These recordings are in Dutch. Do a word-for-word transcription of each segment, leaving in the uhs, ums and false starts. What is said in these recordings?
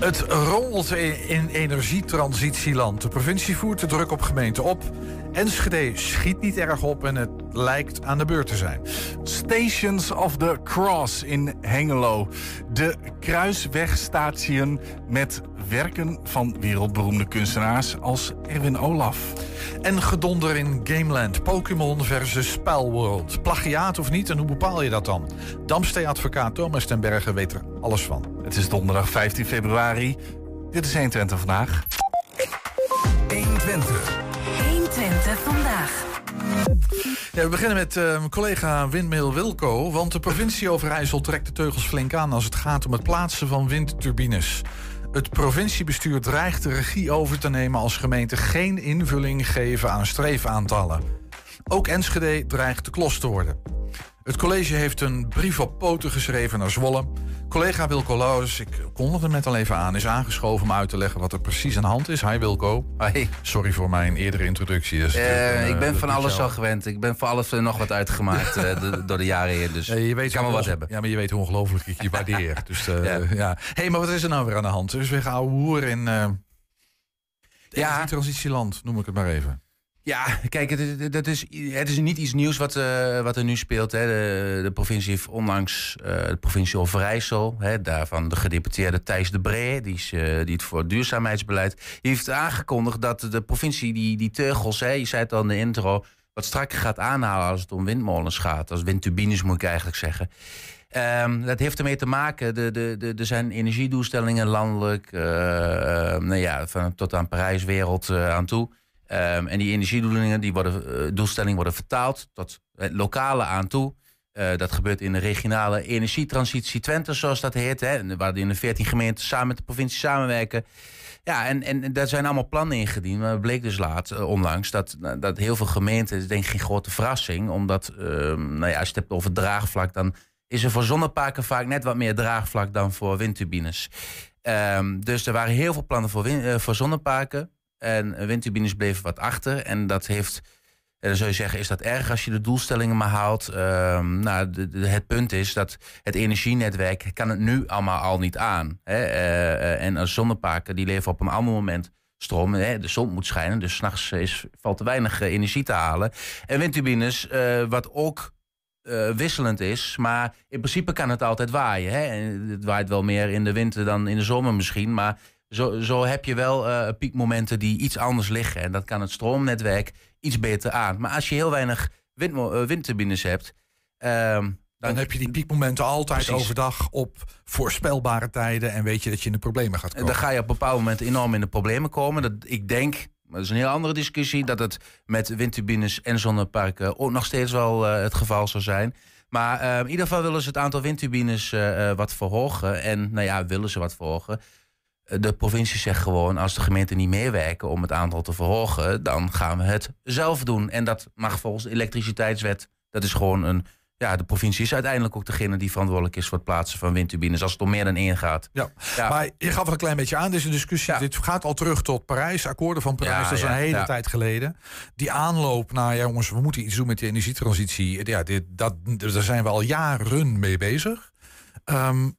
Het rommelt in energietransitieland. De provincie voert de druk op gemeenten op. Enschede schiet niet erg op en het lijkt aan de beurt te zijn. Stations of the Cross in Hengelo. De kruiswegstation met werken van wereldberoemde kunstenaars als Erwin Olaf. En gedonder in Gameland. Pokémon versus Spelworld. Plagiaat of niet en hoe bepaal je dat dan? Damstee-advocaat Thomas ten Berge weet er alles van. Het is donderdag vijftien februari. Dit is honderdtwintig vandaag. honderdtwintig. honderdtwintig vandaag. Ja, we beginnen met uh, collega Windmill Wilco. Want de provincie Overijssel trekt de teugels flink aan als het gaat om het plaatsen van windturbines. Het provinciebestuur dreigt de regie over te nemen als gemeenten geen invulling geven aan streefaantallen. Ook Enschede dreigt de klos te worden. Het college heeft een brief op poten geschreven naar Zwolle. Collega Wilco Lauwers, ik kondigde hem net al even aan, is aangeschoven om uit te leggen wat er precies aan de hand is. Hi Wilco. Hoi. Sorry voor mijn eerdere introductie. Dus uh, uh, ik ben van alles al gewend. Ik ben voor alles nog wat uitgemaakt uh, de, door de jaren heen. Dus ja, je weet kan wel wat hebben. Ja, maar je weet hoe ongelooflijk ik je waardeer. Dus, uh, ja. ja. Hé, hey, maar wat is er nou weer aan de hand? Dus weer ouwe hoer in uh, ja. transitieland, noem ik het maar even. Ja, kijk, het, het, is, het is niet iets nieuws wat, uh, wat er nu speelt. Hè. De, de provincie heeft onlangs, uh, de provincie Overijssel, hè, daarvan de gedeputeerde Thijs de Bree, die, is, uh, die het voor het duurzaamheidsbeleid, die heeft aangekondigd dat de provincie die, die teugels, hè, je zei het al in de intro, wat strakker gaat aanhalen als het om windmolens gaat. Als windturbines moet ik eigenlijk zeggen. Um, dat heeft ermee te maken, de, de, de, er zijn energiedoelstellingen landelijk, uh, uh, nou ja, van, tot aan Parijswereld uh, aan toe. Um, en die energiedoelstellingen die worden, uh, doelstellingen worden vertaald tot het lokale aan toe. Uh, dat gebeurt in de regionale energietransitie Twente, zoals dat heet. Hè, waar in de veertien gemeenten samen met de provincie samenwerken. Ja, en, en daar zijn allemaal plannen ingediend. Maar het bleek dus laat, uh, onlangs, dat, dat heel veel gemeenten, dat is denk ik geen grote verrassing. Omdat, uh, nou ja, als je het hebt over draagvlak, dan is er voor zonneparken vaak net wat meer draagvlak dan voor windturbines. Um, dus er waren heel veel plannen voor, win- uh, voor zonneparken. En windturbines bleven wat achter. En dat heeft, en dan zou je zeggen, is dat erg als je de doelstellingen maar haalt? Um, nou, de, de, het punt is dat het energienetwerk kan het nu allemaal al niet aan. Hè? Uh, uh, en als zonneparken, die leveren op een ander moment stroom. Hè? De zon moet schijnen, dus 's nachts is, valt te weinig uh, energie te halen. En windturbines, uh, wat ook uh, wisselend is, maar in principe kan het altijd waaien. Hè? En het waait wel meer in de winter dan in de zomer misschien, maar Zo, zo heb je wel uh, piekmomenten die iets anders liggen. En dat kan het stroomnetwerk iets beter aan. Maar als je heel weinig wind, uh, windturbines hebt, Uh, dan, dan heb je die piekmomenten altijd precies overdag op voorspelbare tijden. En weet je dat je in de problemen gaat komen. Dan ga je op een bepaald moment enorm in de problemen komen. Dat, ik denk, maar dat is een heel andere discussie, dat het met windturbines en zonneparken ook nog steeds wel uh, het geval zou zijn. Maar uh, in ieder geval willen ze het aantal windturbines uh, uh, wat verhogen. En nou ja, willen ze wat verhogen. De provincie zegt gewoon, als de gemeenten niet meewerken om het aantal te verhogen, dan gaan we het zelf doen. En dat mag volgens de elektriciteitswet. Dat is gewoon een, ja, de provincie is uiteindelijk ook degene die verantwoordelijk is voor het plaatsen van windturbines, als het om meer dan één gaat. Ja, ja. Maar je gaf het een klein beetje aan, deze discussie. Ja. Dit gaat al terug tot Parijs, akkoorden van Parijs, ja, dat is ja, een hele ja. tijd geleden. Die aanloop naar, ja jongens, we moeten iets doen met die energietransitie. Ja, dit, dat, daar zijn we al jaren mee bezig. Um,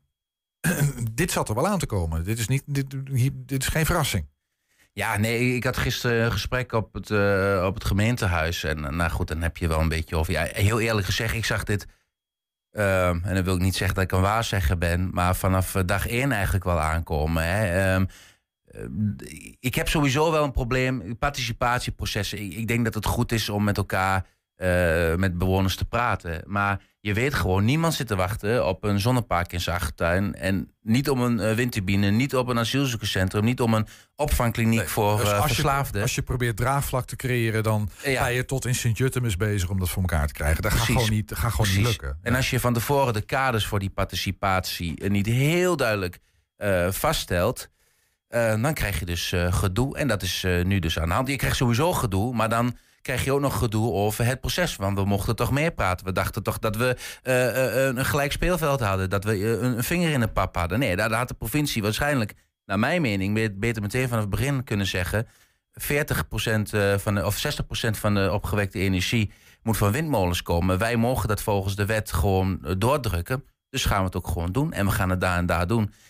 Dit zat er wel aan te komen. Dit is, niet, dit, dit is geen verrassing. Ja, nee, ik had gisteren een gesprek op het, uh, op het gemeentehuis. En nou goed, dan heb je wel een beetje over. Ja, heel eerlijk gezegd, ik zag dit. Uh, en dan wil ik niet zeggen dat ik een waarzegger ben, maar vanaf dag één eigenlijk wel aankomen. Hè. Um, uh, ik heb sowieso wel een probleem. Participatieprocessen. Ik, ik denk dat het goed is om met elkaar, uh, met bewoners te praten. Maar je weet gewoon, niemand zit te wachten op een zonnepark in zijn achtertuin. En niet om een uh, windturbine, niet op een asielzoekerscentrum, niet om een opvangkliniek nee, voor dus uh, als verslaafden. Je, als je probeert draagvlak te creëren, dan ja. ga je tot in Sint-Jutemus bezig om dat voor elkaar te krijgen. Dat gaat gewoon niet, dat gaat gewoon niet lukken. En ja. als je van tevoren de kaders voor die participatie niet heel duidelijk uh, vaststelt, uh, dan krijg je dus uh, gedoe. En dat is uh, nu dus aan de hand. Je krijgt sowieso gedoe, maar dan krijg je ook nog gedoe over het proces. Want we mochten toch meer praten. We dachten toch dat we uh, uh, een gelijk speelveld hadden. Dat we uh, een, een vinger in de pap hadden. Nee, daar had de provincie waarschijnlijk, naar mijn mening, beter meteen vanaf het begin kunnen zeggen, veertig procent van de, of zestig procent van de opgewekte energie moet van windmolens komen. Wij mogen dat volgens de wet gewoon doordrukken. Dus gaan we het ook gewoon doen. En we gaan het daar en daar doen.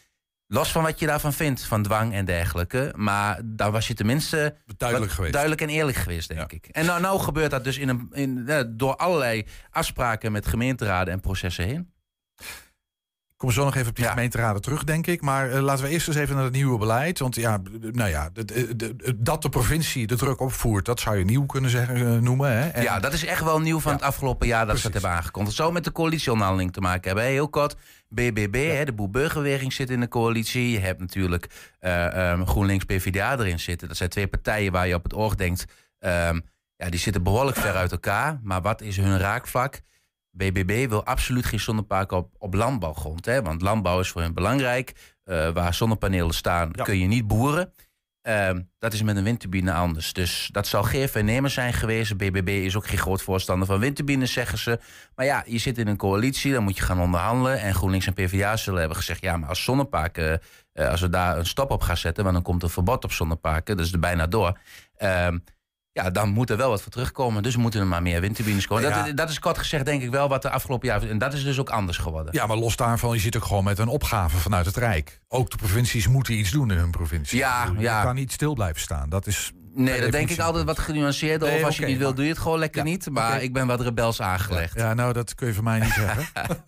Los van wat je daarvan vindt, van dwang en dergelijke. Maar daar was je tenminste duidelijk, geweest. duidelijk en eerlijk geweest, denk ja. ik. En nou, nou gebeurt dat dus in een, in, uh, door allerlei afspraken met gemeenteraden en processen heen. Ik kom zo nog even op die ja. gemeenteraden terug, denk ik. Maar uh, laten we eerst eens even naar het nieuwe beleid. Want ja, nou ja, de, de, de, dat de provincie de druk opvoert, dat zou je nieuw kunnen zeggen, uh, noemen. Hè? En, ja, dat is echt wel nieuw van ja. het afgelopen jaar dat Precies. ze dat hebben aangekondigd. Het zou met de coalitieonderhandeling te maken hebben. Heel kort, B B B, ja. hè, de Boer-Burgerbeweging zit in de coalitie. Je hebt natuurlijk uh, um, GroenLinks P V D A erin zitten. Dat zijn twee partijen waar je op het oog denkt, um, ja, die zitten behoorlijk ver uit elkaar. Maar wat is hun raakvlak? B B B wil absoluut geen zonneparken op, op landbouwgrond. Hè? Want landbouw is voor hen belangrijk. Uh, waar zonnepanelen staan ja. kun je niet boeren. Uh, dat is met een windturbine anders. Dus dat zal geen vernemer zijn geweest. B B B is ook geen groot voorstander van windturbines, zeggen ze. Maar ja, je zit in een coalitie, dan moet je gaan onderhandelen. En GroenLinks en P v d A zullen hebben gezegd, ja, maar als zonneparken, uh, als we daar een stop op gaan zetten, want dan komt er verbod op zonneparken, dat is er bijna door. Uh, Ja, dan moet er wel wat voor terugkomen. Dus moeten er maar meer windturbines komen. Ja. Dat, dat is kort gezegd denk ik wel wat de afgelopen jaar... En dat is dus ook anders geworden. Ja, maar los daarvan, je zit ook gewoon met een opgave vanuit het Rijk. Ook de provincies moeten iets doen in hun provincie. Ja, je ja. kan niet stil blijven staan. Dat is... Nee, daar denk ik altijd wat genuanceerder over. Nee, als okay, je niet wil, maar... doe je het gewoon lekker ja, niet. Maar okay. ik ben wat rebels aangelegd. Ja, nou, dat kun je van mij niet zeggen.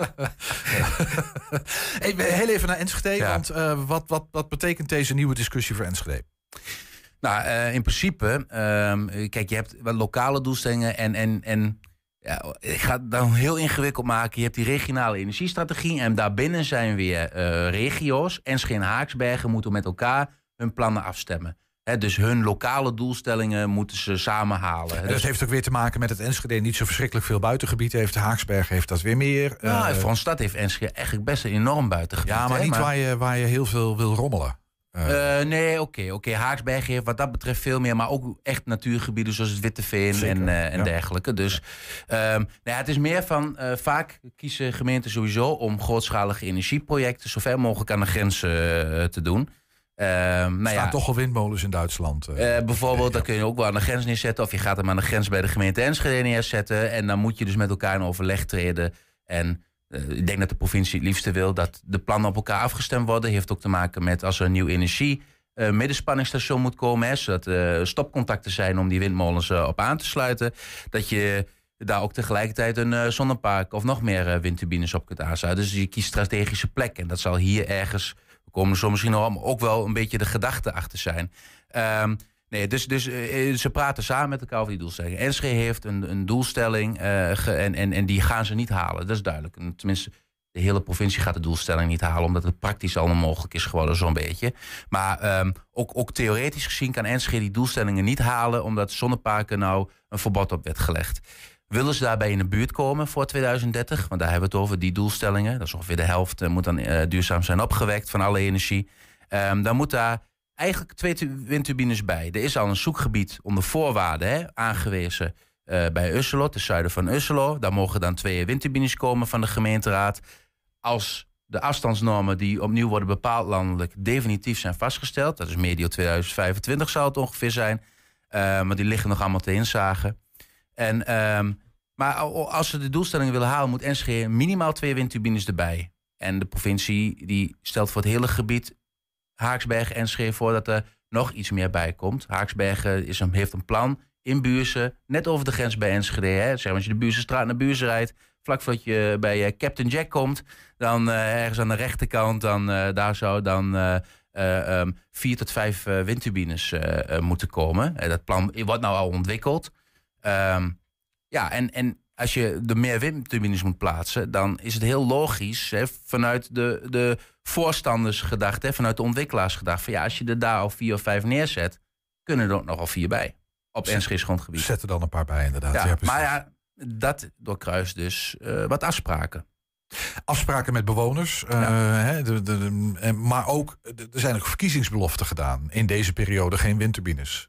Hey, heel even naar Enschede. Ja. Want uh, wat, wat, wat betekent deze nieuwe discussie voor Enschede? Nou, uh, in principe, uh, kijk, je hebt wat lokale doelstellingen en, en, en ja, ik ga het dan heel ingewikkeld maken. Je hebt die regionale energiestrategie en daarbinnen zijn weer uh, regio's. Enschede en Haaksbergen moeten met elkaar hun plannen afstemmen. He, dus hun lokale doelstellingen moeten ze samenhalen. En dat heeft ook weer te maken met dat Enschede niet zo verschrikkelijk veel buitengebied heeft. Haaksbergen heeft dat weer meer. Nou, uh, voor een stad heeft Enschede eigenlijk best een enorm buitengebied. Ja, maar he, niet maar... Waar, je, waar je heel veel wil rommelen. Uh, nee, oké. Okay, okay. Haaksbergen heeft wat dat betreft veel meer, maar ook echt natuurgebieden zoals het Witteveen en, uh, en ja. dergelijke. Dus ja. um, nou ja, het is meer van, uh, vaak kiezen gemeenten sowieso om grootschalige energieprojecten zo ver mogelijk aan de grens uh, te doen. Uh, er nou staan ja, toch al windmolens in Duitsland. Uh, uh, bijvoorbeeld, ja. dan kun je ook wel aan de grens neerzetten of je gaat hem aan de grens bij de gemeente Enschede neerzetten. En dan moet je dus met elkaar in overleg treden en... Uh, ik denk dat de provincie het liefste wil dat de plannen op elkaar afgestemd worden. Heeft ook te maken met als er een nieuw energie uh, middenspanningsstation moet komen. Hè, zodat er uh, stopcontacten zijn om die windmolens uh, op aan te sluiten. Dat je daar ook tegelijkertijd een uh, zonnepark of nog meer uh, windturbines op kunt aansluiten. Dus je kiest strategische plek. En dat zal hier ergens, we komen er zo misschien nog ook wel een beetje de gedachte achter zijn. Um, Nee, dus, dus uh, ze praten samen met elkaar over die doelstellingen. Enschede heeft een, een doelstelling uh, ge, en, en, en die gaan ze niet halen. Dat is duidelijk. En tenminste, de hele provincie gaat de doelstelling niet halen... omdat het praktisch al onmogelijk is geworden, zo'n beetje. Maar um, ook, ook theoretisch gezien kan Enschede die doelstellingen niet halen... omdat zonneparken nou een verbod op werd gelegd. Willen ze daarbij in de buurt komen voor tweeduizend dertig? Want daar hebben we het over, die doelstellingen. Dat is ongeveer de helft uh, moet dan uh, duurzaam zijn opgewekt van alle energie. Um, dan moet daar... Eigenlijk twee windturbines bij. Er is al een zoekgebied onder voorwaarden hè, aangewezen uh, bij Usselo, ten zuiden van Usselo. Daar mogen dan twee windturbines komen van de gemeenteraad. Als de afstandsnormen die opnieuw worden bepaald landelijk definitief zijn vastgesteld, dat is medio tweeduizend vijfentwintig zal het ongeveer zijn, uh, maar die liggen nog allemaal te inzagen. En, um, maar als ze de doelstellingen willen halen, moet Enschede minimaal twee windturbines erbij. En de provincie die stelt voor het hele gebied Haaksbergen en Enschede voor dat er nog iets meer bij komt. Haaksbergen is een, heeft een plan in Buurse, net over de grens bij Enschede. Hè. Zeg, als je de Buursestraat naar Buurse rijdt, vlak voordat je bij uh, Captain Jack komt, dan uh, ergens aan de rechterkant, dan, uh, daar zou dan uh, uh, um, vier tot vijf uh, windturbines uh, uh, moeten komen. Uh, dat plan wordt nou al ontwikkeld. Um, ja, en, en als je er meer windturbines moet plaatsen, dan is het heel logisch hè, vanuit de, de voorstanders gedacht, hè, vanuit de ontwikkelaars gedacht. Van ja, als je er daar al vier of vijf neerzet, kunnen er ook nog al vier bij. Op Enschede's grondgebied. Zet er dan een paar bij, inderdaad. Ja, ja, maar ja, dat doorkruist dus uh, wat afspraken. Afspraken met bewoners. Uh, ja. hè, de, de, de, maar ook, er zijn ook verkiezingsbeloften gedaan. In deze periode geen windturbines.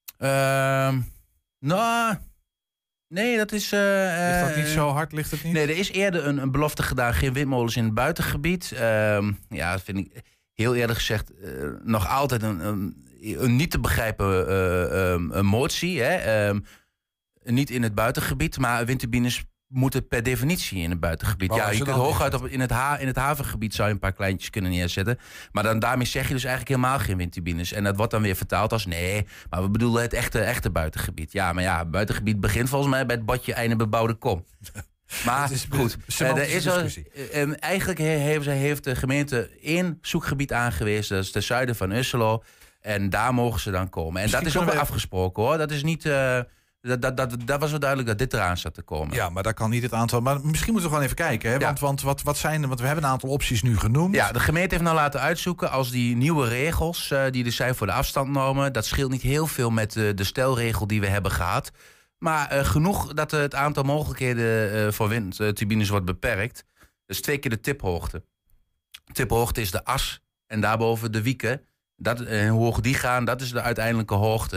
Uh, nou... Nee, dat is... Uh, is dat niet zo hard? Ligt het niet? Nee, er is eerder een, een belofte gedaan. Geen windmolens in het buitengebied. Uh, ja, dat vind ik heel eerlijk gezegd uh, nog altijd een, een, een niet te begrijpen uh, um, een motie. Hè? Um, niet in het buitengebied, maar windturbines moeten per definitie in het buitengebied. Waar ja, was je je kunt dan hooguit neerzetten? op, in, het ha- in het havengebied zou je een paar kleintjes kunnen neerzetten. Maar dan, daarmee zeg je dus eigenlijk helemaal geen windturbines. En dat wordt dan weer vertaald als nee, maar we bedoelen het echte, echte buitengebied. Ja, maar ja, het buitengebied begint volgens mij bij het badje einde bebouwde kom. Maar Het is goed, een eh, er is al, discussie. eh, eh, eigenlijk he- heeft, heeft de gemeente één zoekgebied aangewezen. Dat is ten zuiden van Usselo. En daar mogen ze dan komen. En Misschien dat is ook wel kunnen we- afgesproken hoor. Dat is niet... Uh, dat, dat, dat, dat was wel duidelijk dat dit eraan zat te komen. Ja, maar dat kan niet het aantal. Maar misschien moeten we gewoon even kijken. Hè? Ja. Want, want wat, wat zijn er? Want we hebben een aantal opties nu genoemd. Ja, de gemeente heeft nou laten uitzoeken als die nieuwe regels uh, die er zijn voor de afstandnormen. Dat scheelt niet heel veel met uh, de stelregel die we hebben gehad. Maar uh, genoeg dat uh, het aantal mogelijkheden uh, voor windturbines wordt beperkt. Dus twee keer de tiphoogte. Tiphoogte is de as en daarboven de wieken. Dat, uh, hoe hoog die gaan, dat is de uiteindelijke hoogte.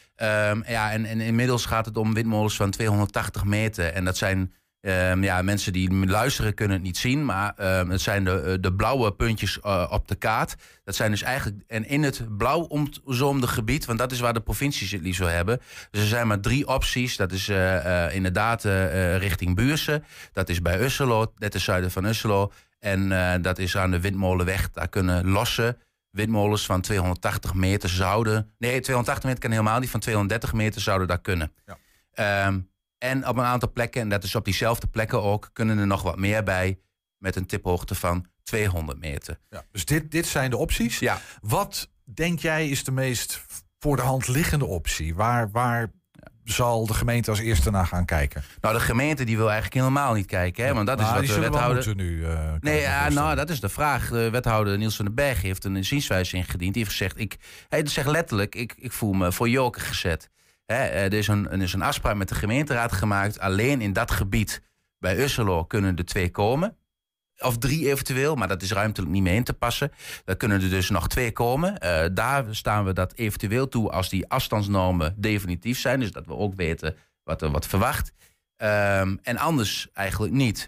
Um, ja, en, en inmiddels gaat het om windmolens van tweehonderdtachtig meter. En dat zijn um, ja, mensen die luisteren kunnen het niet zien. Maar um, het zijn de, de blauwe puntjes uh, op de kaart. Dat zijn dus eigenlijk... En in het blauw omzoomde gebied, want dat is waar de provincies het liefst wil hebben. Dus er zijn maar drie opties. Dat is uh, uh, inderdaad uh, richting Buurse. Dat is bij Usselo, net ten zuiden van Usselo. En uh, dat is aan de Windmolenweg. Daar kunnen losse windmolens van tweehonderdtachtig meter zouden... Nee, tweehonderdtachtig meter kan helemaal niet. Van tweehonderddertig meter zouden daar kunnen. Ja. Um, en op een aantal plekken, en dat is op diezelfde plekken ook... kunnen er nog wat meer bij met een tiphoogte van tweehonderd meter. Ja, dus dit, dit zijn de opties. Ja. Wat denk jij is de meest voor de hand liggende optie? Waar, waar zal de gemeente als eerste naar gaan kijken? Nou, de gemeente die wil eigenlijk helemaal niet kijken. Hè? Want dat nou, is wat die de zullen wethouder... wel moeten nu. Uh, nee, ja, nou, dat is de vraag. De wethouder Niels van den Berg heeft een zienswijze ingediend. Die heeft gezegd, ik, hij zegt letterlijk, ik, ik voel me voor joker gezet. Hè, er, is een, er is een afspraak met de gemeenteraad gemaakt. Alleen in dat gebied bij Usselo kunnen er twee komen. Of drie eventueel, maar dat is ruimtelijk niet mee in te passen. Dan kunnen er dus nog twee komen. Uh, daar staan we dat eventueel toe als die afstandsnormen definitief zijn. Dus dat we ook weten wat er wordt verwacht. Um, en anders eigenlijk niet.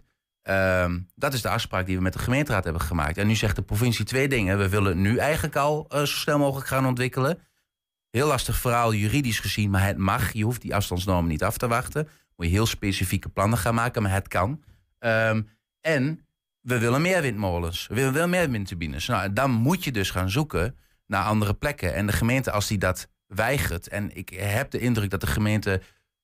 Um, dat is de afspraak die we met de gemeenteraad hebben gemaakt. En nu zegt de provincie twee dingen. We willen nu eigenlijk al uh, zo snel mogelijk gaan ontwikkelen. Heel lastig verhaal juridisch gezien, maar het mag. Je hoeft die afstandsnormen niet af te wachten. Moet je heel specifieke plannen gaan maken, maar het kan. Um, en we willen meer windmolens. We willen meer windturbines. Nou, dan moet je dus gaan zoeken naar andere plekken. En de gemeente, als die dat weigert... en ik heb de indruk dat de gemeente...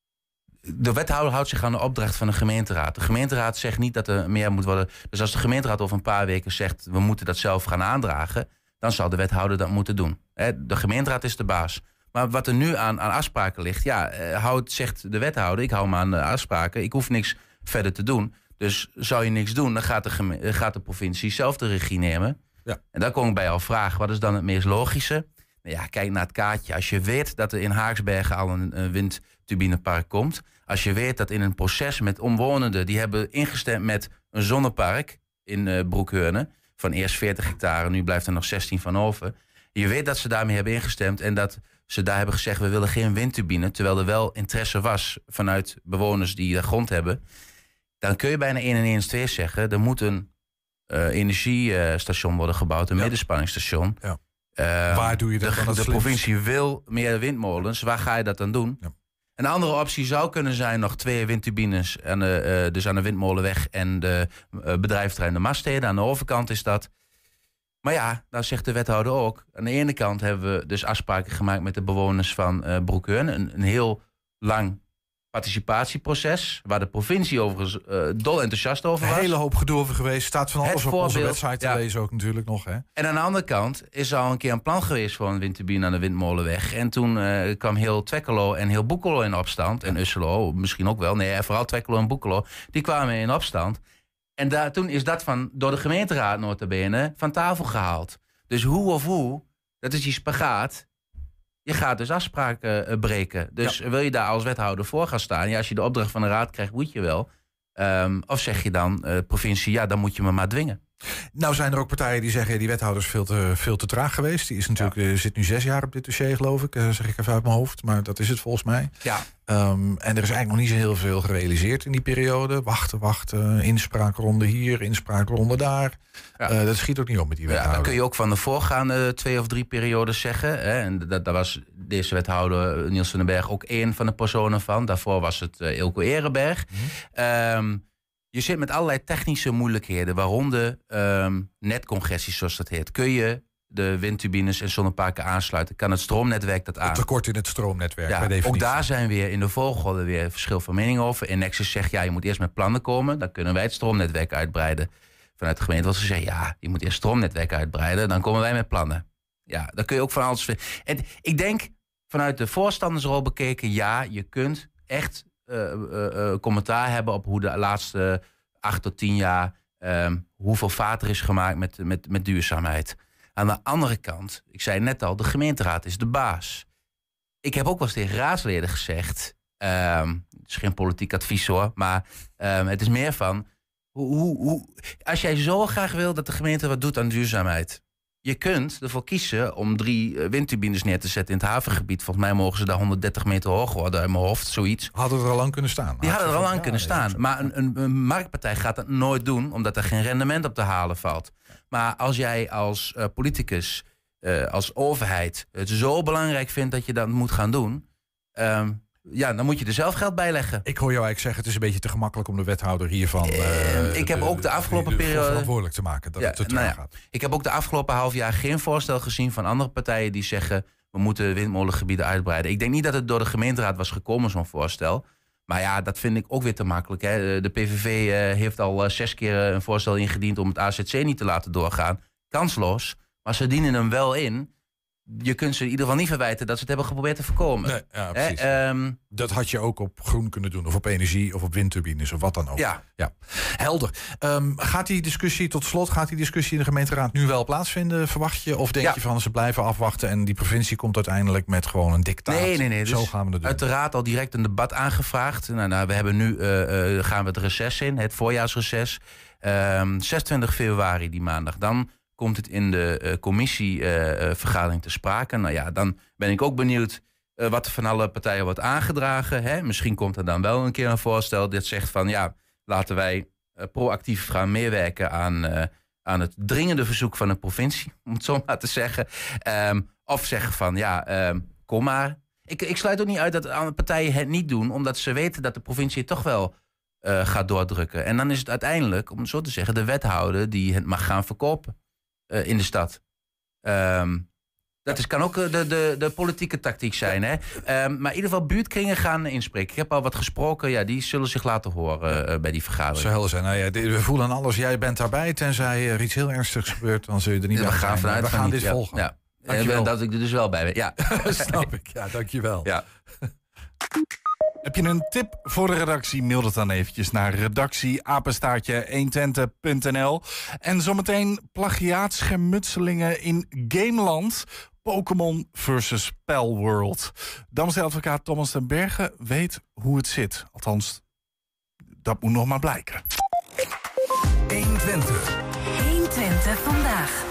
De wethouder houdt zich aan de opdracht van de gemeenteraad. De gemeenteraad zegt niet dat er meer moet worden. Dus als de gemeenteraad over een paar weken zegt... we moeten dat zelf gaan aandragen... dan zal de wethouder dat moeten doen. De gemeenteraad is de baas. Maar wat er nu aan, aan afspraken ligt... ja, houdt, zegt de wethouder, ik hou me aan de afspraken... ik hoef niks verder te doen... Dus zou je niks doen, dan gaat de, geme- gaat de provincie zelf de regie nemen. Ja. En daar kom ik bij al vragen, wat is dan het meest logische? Nou ja, kijk naar het kaartje. Als je weet dat er in Haaksbergen al een, een windturbinepark komt... als je weet dat in een proces met omwonenden... die hebben ingestemd met een zonnepark in uh, Broekheurne... van eerst veertig hectare, nu blijft er nog zestien van over... je weet dat ze daarmee hebben ingestemd... en dat ze daar hebben gezegd, we willen geen windturbine... terwijl er wel interesse was vanuit bewoners die daar grond hebben... dan kun je bijna één en één is twee zeggen... er moet een uh, energiestation worden gebouwd, een ja. middenspanningsstation. Ja. Uh, Waar doe je dat de, dan? De provincie wil meer windmolens. Waar ga je dat dan doen? Ja. Een andere optie zou kunnen zijn nog twee windturbines... Aan de, uh, dus aan de Windmolenweg en de uh, bedrijventerrein de Mastheden. Aan de overkant is dat. Maar ja, nou zegt de wethouder ook... aan de ene kant hebben we dus afspraken gemaakt... met de bewoners van uh, Broekheurne. Een, een heel lang... participatieproces, waar de provincie overigens uh, dol enthousiast over was. Een hele hoop gedoe over geweest. Staat van alles op onze website te ja. lezen ook natuurlijk nog. Hè? En aan de andere kant is er al een keer een plan geweest... voor een windturbine aan de Windmolenweg. En toen uh, kwam heel Twekkelo en heel Boekelo in opstand. En Usselo misschien ook wel. Nee, vooral Twekkelo en Boekelo. Die kwamen in opstand. En daar, toen is dat van, door de gemeenteraad nota bene van tafel gehaald. Dus hoe of hoe, dat is die spagaat... Je gaat dus afspraken uh, breken. Dus ja. wil je daar als wethouder voor gaan staan... ja, als je de opdracht van de raad krijgt, moet je wel. Um, of zeg je dan, uh, provincie, ja, dan moet je me maar dwingen. Nou zijn er ook partijen die zeggen... die wethouder is veel te, veel te traag geweest. Die is natuurlijk, ja. zit nu zes jaar op dit dossier, geloof ik. Uh, zeg ik even uit mijn hoofd, maar dat is het volgens mij. Ja. Um, en er is eigenlijk nog niet zo heel veel gerealiseerd in die periode. Wachten, wachten, inspraakronde hier, inspraakronde daar. Ja. Uh, dat schiet ook niet op met die wethouder. Ja, dat kun je ook van de voorgaande twee of drie periodes zeggen. Hè? En dat, daar was deze wethouder Niels van den Berg ook één van de personen van. Daarvoor was het uh, Ilko Ehrenberg. Mm-hmm. Um, Je zit met allerlei technische moeilijkheden, waaronder um, netcongestie, zoals dat heet. Kun je de windturbines en zonneparken aansluiten? Kan het stroomnetwerk dat aan? Het tekort in het stroomnetwerk, ja, bij definitie. Ook daar zijn weer in de volgorde weer verschil van mening over. En Nexus zegt, ja, je moet eerst met plannen komen. Dan kunnen wij het stroomnetwerk uitbreiden. Vanuit de gemeente wil ze zeggen, ja, je moet eerst het stroomnetwerk uitbreiden. Dan komen wij met plannen. Ja, dan kun je ook van alles vinden. En ik denk, vanuit de voorstandersrol bekeken, ja, je kunt echt... Uh, uh, uh, commentaar hebben op hoe de laatste acht tot tien jaar... Um, hoeveel vaart er is gemaakt met, met, met duurzaamheid. Aan de andere kant, ik zei net al, de gemeenteraad is de baas. Ik heb ook wel eens tegen raadsleden gezegd... Um, het is geen politiek advies hoor, maar um, het is meer van... Hoe, hoe, hoe, als jij zo graag wil dat de gemeente wat doet aan duurzaamheid... Je kunt ervoor kiezen om drie windturbines neer te zetten in het havengebied. Volgens mij mogen ze daar honderddertig meter hoog worden uit mijn hoofd, zoiets. Hadden er al lang kunnen staan. Die hadden er al lang ja, kunnen staan. Maar een, een, een marktpartij gaat dat nooit doen, omdat er geen rendement op te halen valt. Maar als jij als uh, politicus, uh, als overheid, het zo belangrijk vindt dat je dat moet gaan doen... Um, Ja, dan moet je er zelf geld bij leggen. Ik hoor jou eigenlijk zeggen, het is een beetje te gemakkelijk om de wethouder hiervan... Uh, ik heb de, ook de afgelopen de, de, periode... verantwoordelijk te maken dat ja, het te nou ja, gaat. Ik heb ook de afgelopen half jaar geen voorstel gezien van andere partijen die zeggen... we moeten windmolengebieden uitbreiden. Ik denk niet dat het door de gemeenteraad was gekomen, zo'n voorstel. Maar ja, dat vind ik ook weer te makkelijk. Hè. De P V V uh, heeft al uh, zes keer een voorstel ingediend om het A Z C niet te laten doorgaan. Kansloos, maar ze dienen hem wel in... Je kunt ze in ieder geval niet verwijten dat ze het hebben geprobeerd te voorkomen. Nee, ja, precies. Eh, um, dat had je ook op groen kunnen doen. Of op energie, of op windturbines, of wat dan ook. Ja. ja. Helder. Um, gaat die discussie, tot slot, gaat die discussie in de gemeenteraad nu wel plaatsvinden, verwacht je? Of denk ja. je van, ze blijven afwachten en die provincie komt uiteindelijk met gewoon een dictaat? Nee, nee, nee. Zo dus gaan we het doen. Uit de raad al direct een debat aangevraagd. Nou, nou, we hebben nu, uh, uh, gaan we het reces in, het voorjaarsreces. Um, zesentwintig februari, die maandag. Dan... komt het in de uh, commissievergadering uh, te sprake. Nou ja, dan ben ik ook benieuwd uh, wat er van alle partijen wordt aangedragen. Hè? Misschien komt er dan wel een keer een voorstel dat zegt van... ja, laten wij uh, proactief gaan meewerken aan, uh, aan het dringende verzoek van de provincie. Om het zo maar te zeggen. Um, of zeggen van, ja, um, kom maar. Ik, ik sluit ook niet uit dat andere partijen het niet doen... omdat ze weten dat de provincie het toch wel uh, gaat doordrukken. En dan is het uiteindelijk, om het zo te zeggen... de wethouder die het mag gaan verkopen. Uh, in de stad. Um, dat is, kan ook uh, de, de, de politieke tactiek zijn. Hè? Um, maar in ieder geval buurtkringen gaan inspreken. Ik heb al wat gesproken. Ja, die zullen zich laten horen uh, bij die vergadering. Zo helder zijn. Nou ja, we voelen alles. Jij bent daarbij. Tenzij er iets heel ernstigs gebeurt. Dan zul je er niet ja, bij we gaan vanuit. We gaan niet, dit ja, volgen. Ja. En dat ik er dus wel bij ben. Ja. Snap ik. Ja, dankjewel. Ja. Heb je een tip voor de redactie? Mail dat dan eventjes naar redactie apenstaartje honderdtwintig punt n l. En zometeen plagiaatschermutselingen in Gameland. Pokémon versus Palworld. Damse-advocaat Thomas den Berge weet hoe het zit. Althans, dat moet nog maar blijken. honderdtwintig. honderdtwintig vandaag.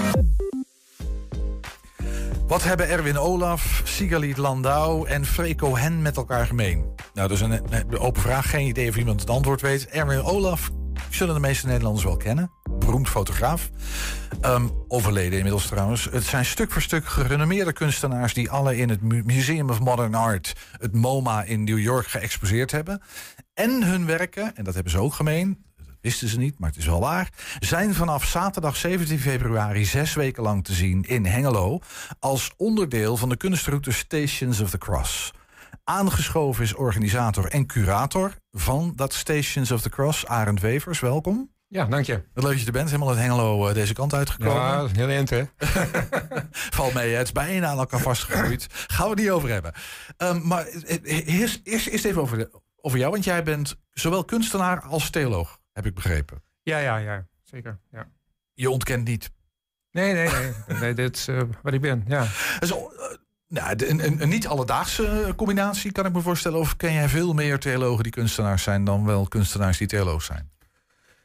Wat hebben Erwin Olaf, Sigalied Landau en Freek Hen met elkaar gemeen? Nou, dat is een, een open vraag. Geen idee of iemand het antwoord weet. Erwin Olaf zullen de meeste Nederlanders wel kennen. Beroemd fotograaf. Um, overleden inmiddels trouwens. Het zijn stuk voor stuk gerenommeerde kunstenaars... die alle in het Museum of Modern Art, het MoMA in New York, geëxposeerd hebben. En hun werken, en dat hebben ze ook gemeen... wisten ze niet, maar het is wel waar... zijn vanaf zaterdag zeventien februari zes weken lang te zien in Hengelo... als onderdeel van de kunstroute Stations of the Cross. Aangeschoven is organisator en curator van dat Stations of the Cross, Arend Wevers. Welkom. Ja, dank je. Wat leuk dat je er bent, helemaal uit Hengelo uh, deze kant uitgekomen. Ja, heel eind, hè? Valt mee, het is bijna aan elkaar vastgegroeid. Gaan we het niet over hebben. Um, maar eerst, eerst, eerst even over, de, over jou, want jij bent zowel kunstenaar als theoloog, heb ik begrepen. Ja, ja, ja, zeker. Ja. Je ontkent niet. Nee, nee, nee. nee dit is uh, wat ik ben, ja. Dus, uh, nou, een, een, een niet alledaagse combinatie, kan ik me voorstellen. Of ken jij veel meer theologen die kunstenaars zijn dan wel kunstenaars die theoloog zijn?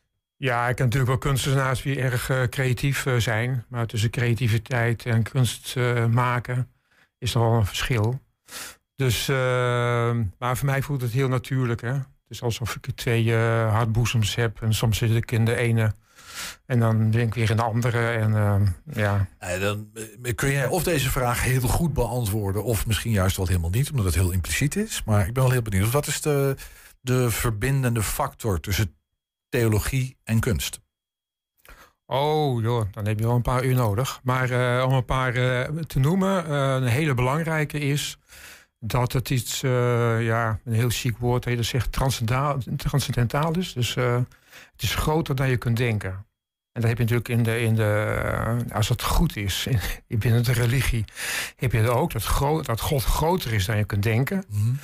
Ja, ik ken natuurlijk wel kunstenaars die erg uh, creatief uh, zijn. Maar tussen creativiteit en kunst uh, maken is er wel een verschil. Dus, uh, maar voor mij voelt het heel natuurlijk. Hè? Het is alsof ik twee uh, hartboezems heb. En soms zit ik in de ene en dan ben ik weer in de andere. En, uh, ja. Ja, dan kun je of deze vraag heel goed beantwoorden... of misschien juist wel helemaal niet, omdat het heel impliciet is. Maar ik ben wel heel benieuwd. Wat is de, de verbindende factor tussen theologie en kunst? Oh, joh, dan heb je wel een paar uur nodig. Maar uh, om een paar uh, te noemen, uh, een hele belangrijke is... dat het iets, uh, ja, een heel chic woord, dat zegt transcendentaal, transcendentaal is. Dus uh, het is groter dan je kunt denken. En dat heb je natuurlijk in de, in de uh, als het goed is, in, binnen de religie, heb je er ook dat, gro- dat God groter is dan je kunt denken. Mm-hmm.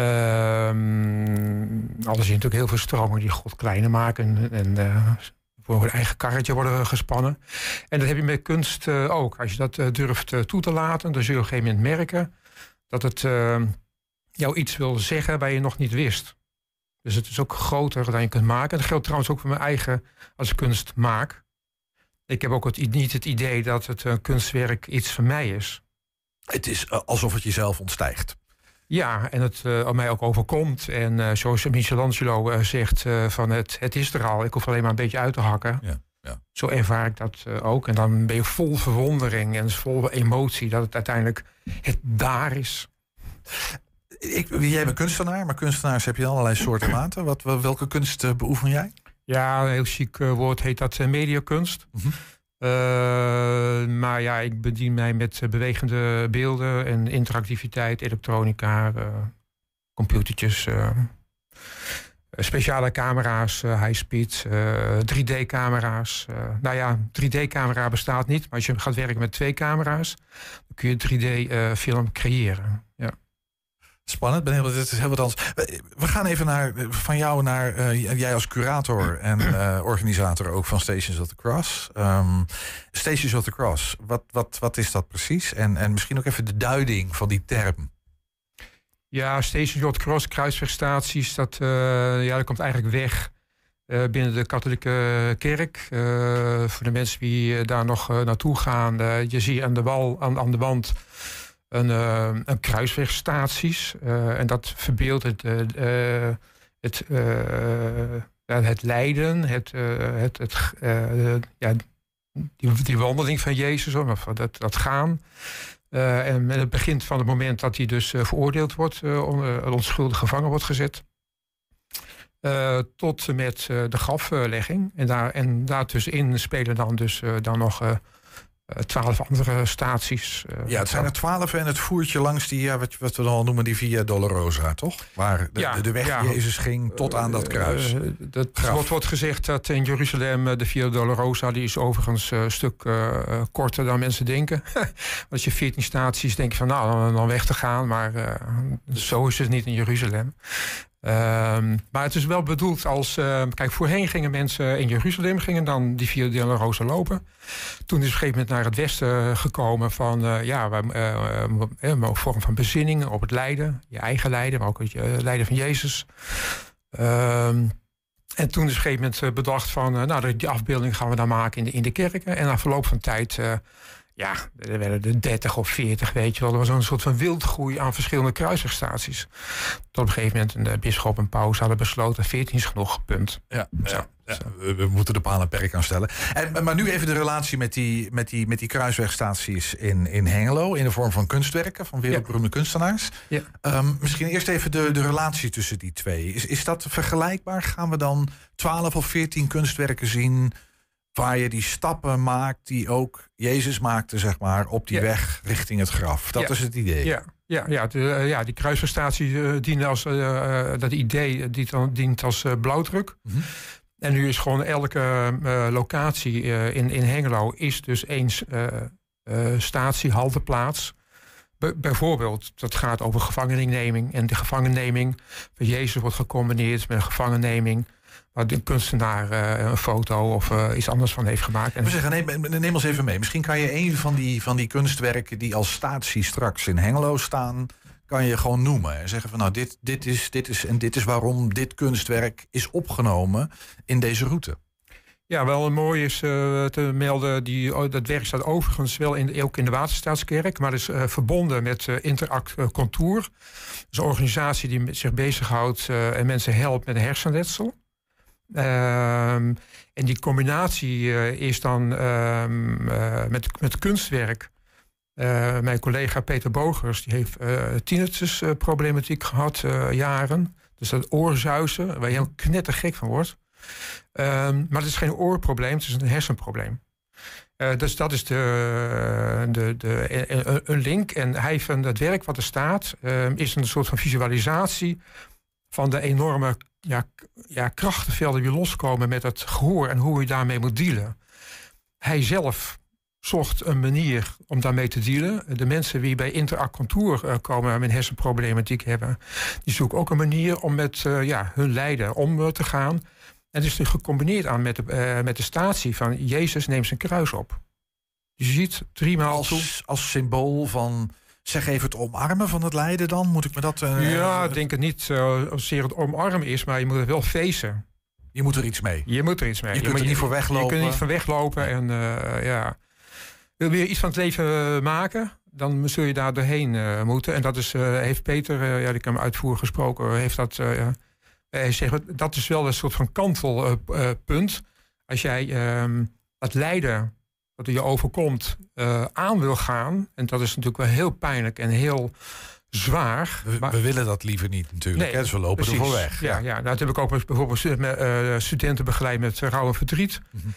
Um, al zie je natuurlijk heel veel stromingen die God kleiner maken en uh, voor hun eigen karretje worden gespannen. En dat heb je met kunst uh, ook. Als je dat uh, durft uh, toe te laten, dan zul je op een gegeven moment merken dat het uh, jou iets wil zeggen waar je nog niet wist. Dus het is ook groter dan je kunt maken. Dat geldt trouwens ook voor mijn eigen als ik kunst maak. Ik heb ook het, niet het idee dat het uh, kunstwerk iets van mij is. Het is uh, alsof het jezelf ontstijgt. Ja, en het uh, mij ook overkomt. En uh, zoals Michelangelo uh, zegt, uh, van het, het is er al. Ik hoef alleen maar een beetje uit te hakken. Ja, ja. Zo ervaar ik dat uh, ook. En dan ben je vol verwondering en vol emotie dat het uiteindelijk het daar is. Ik, jij bent kunstenaar, maar kunstenaars heb je allerlei soorten maten. Wat, welke kunst uh, beoefen jij? Ja, een heel chic uh, woord heet dat uh, mediakunst. Mm-hmm. Uh, maar ja, ik bedien mij met uh, bewegende beelden en interactiviteit, elektronica, uh, computertjes, uh, speciale camera's, uh, high speed, uh, drie D-camera's. Uh, nou ja, drie D-camera bestaat niet, maar als je gaat werken met twee camera's, dan kun je drie D-film uh, creëren. Ja. Spannend, ben heel, dit is heel wat anders. We gaan even naar, van jou naar uh, jij als curator en uh, organisator ook van Stations of the Cross. Um, Stations of the Cross, wat, wat, wat is dat precies? En, en misschien ook even de duiding van die term. Ja, Stations of the Cross, kruiswegstaties, dat, uh, ja, dat komt eigenlijk weg uh, binnen de katholieke kerk. Uh, voor de mensen die uh, daar nog uh, naartoe gaan, uh, je ziet aan de, wal, aan, aan de wand Een, uh, een kruiswegstaties. Uh, en dat verbeeldt het, uh, uh, het, uh, het lijden, het, uh, het, het, uh, ja, die, die wandeling van Jezus, of dat, dat gaan. Uh, en met het begin van het moment dat hij dus uh, veroordeeld wordt, uh, on, uh, onschuldig gevangen wordt gezet. Uh, tot en met uh, de graflegging. En, daar, en daartussenin spelen dan dus uh, dan nog Uh, twaalf andere staties. Uh, ja, het zijn er twaalf en het voertje langs die, ja, wat, wat we dan al noemen, die Via Dolorosa, toch? Waar de, ja, de weg ja, Jezus ging tot aan dat kruis. Uh, dat wordt, wordt gezegd dat in Jeruzalem de Via Dolorosa, die is overigens een stuk uh, korter dan mensen denken. Als je veertien staties denkt van nou, dan, dan weg te gaan, maar uh, zo is het niet in Jeruzalem. Um, maar het is wel bedoeld als Uh, kijk, voorheen gingen mensen in Jeruzalem gingen dan die Via Dolorosa lopen. Toen is op een gegeven moment naar het westen gekomen van Uh, ja, uh, uh, een vorm van bezinning op het lijden. Je eigen lijden, maar ook het uh, lijden van Jezus. Um, en toen is op een gegeven moment bedacht van Uh, nou, die afbeelding gaan we dan maken in de, in de kerken. En na verloop van tijd Uh, ja, er werden er dertig of veertig, weet je wel. Er was een soort van wildgroei aan verschillende kruiswegstaties. Tot op een gegeven moment de bisschop en paus hadden besloten veertien is genoeg, punt. Ja, ja, ja. We, we moeten de paal en perk aan stellen. En, maar nu even de relatie met die, met die, met die kruiswegstaties in, in Hengelo, in de vorm van kunstwerken van wereldberoemde ja. kunstenaars. Ja. Um, misschien eerst even de, de relatie tussen die twee. Is, is dat vergelijkbaar? Gaan we dan twaalf of veertien kunstwerken zien waar je die stappen maakt die ook Jezus maakte, zeg maar, op die ja. weg richting het graf? Dat ja. is het idee. Ja, ja, ja, de, ja die kruiswegstatie uh, dient als uh, dat idee dient, dient als uh, blauwdruk. Mm-hmm. En nu is gewoon elke uh, locatie uh, in, in Hengelo is dus één uh, uh, statie, halteplaats. B- bijvoorbeeld, dat gaat over gevangenneming. En de gevangenneming van Jezus wordt gecombineerd met een gevangenneming waar de kunstenaar uh, een foto of uh, iets anders van heeft gemaakt. En we zeggen, neem, neem ons even mee. Misschien kan je een van die, van die kunstwerken die als statie straks in Hengelo staan, kan je gewoon noemen. En zeggen van nou, dit, dit, is, dit is en dit is waarom dit kunstwerk is opgenomen in deze route. Ja, wel mooi is uh, te melden. Die, oh, dat werk staat overigens wel in de, ook in de Waterstaatskerk. Maar is uh, verbonden met uh, Interact uh, Contour. Dat is een organisatie die zich bezighoudt uh, en mensen helpt met een hersenletsel. Uh, en die combinatie uh, is dan uh, uh, met, met kunstwerk. Uh, mijn collega Peter Bogers die heeft uh, tinnitus uh, problematiek gehad uh, jaren. Dus dat oorzuizen, waar je heel knettergek van wordt. Um, maar het is geen oorprobleem, het is een hersenprobleem. Uh, dus dat is de, de, de, een link. En hij van het werk wat er staat, uh, is een soort van visualisatie van de enorme ja, ja, krachtenvelden die loskomen met het gehoor en hoe je daarmee moet dealen. Hij zelf zocht een manier om daarmee te dealen. De mensen die bij Interact Contour uh, komen met hersenproblematiek hebben, die zoeken ook een manier om met uh, ja, hun lijden om uh, te gaan. En het is dus gecombineerd aan met de, uh, met de statie van Jezus neemt zijn kruis op. Je ziet driemaal als, als symbool van, zeg even het omarmen van het lijden dan? Moet ik me dat... Uh, ja, ik denk het niet uh, zozeer het omarmen is, maar je moet het wel facen. Je moet er iets mee. Je moet er iets mee. Je, je kunt er niet voor weglopen. Je kunt er niet van weglopen. Nee. En uh, ja, wil je iets van het leven maken, dan zul je daar doorheen uh, moeten. En dat is, uh, heeft Peter, uh, ja, die kan hem uitvoerig gesproken, heeft dat... Uh, ja, hij zegt, dat is wel een soort van kantelpunt. Uh, Als jij uh, het lijden wat er je overkomt uh, aan wil gaan, en dat is natuurlijk wel heel pijnlijk en heel zwaar. We, maar, we willen dat liever niet natuurlijk, nee, hè? Dus we lopen precies. ervoor weg. Ja, ja. Ja, nou, dat heb ik ook bijvoorbeeld met, uh, studenten begeleid met rouw en verdriet. Mm-hmm.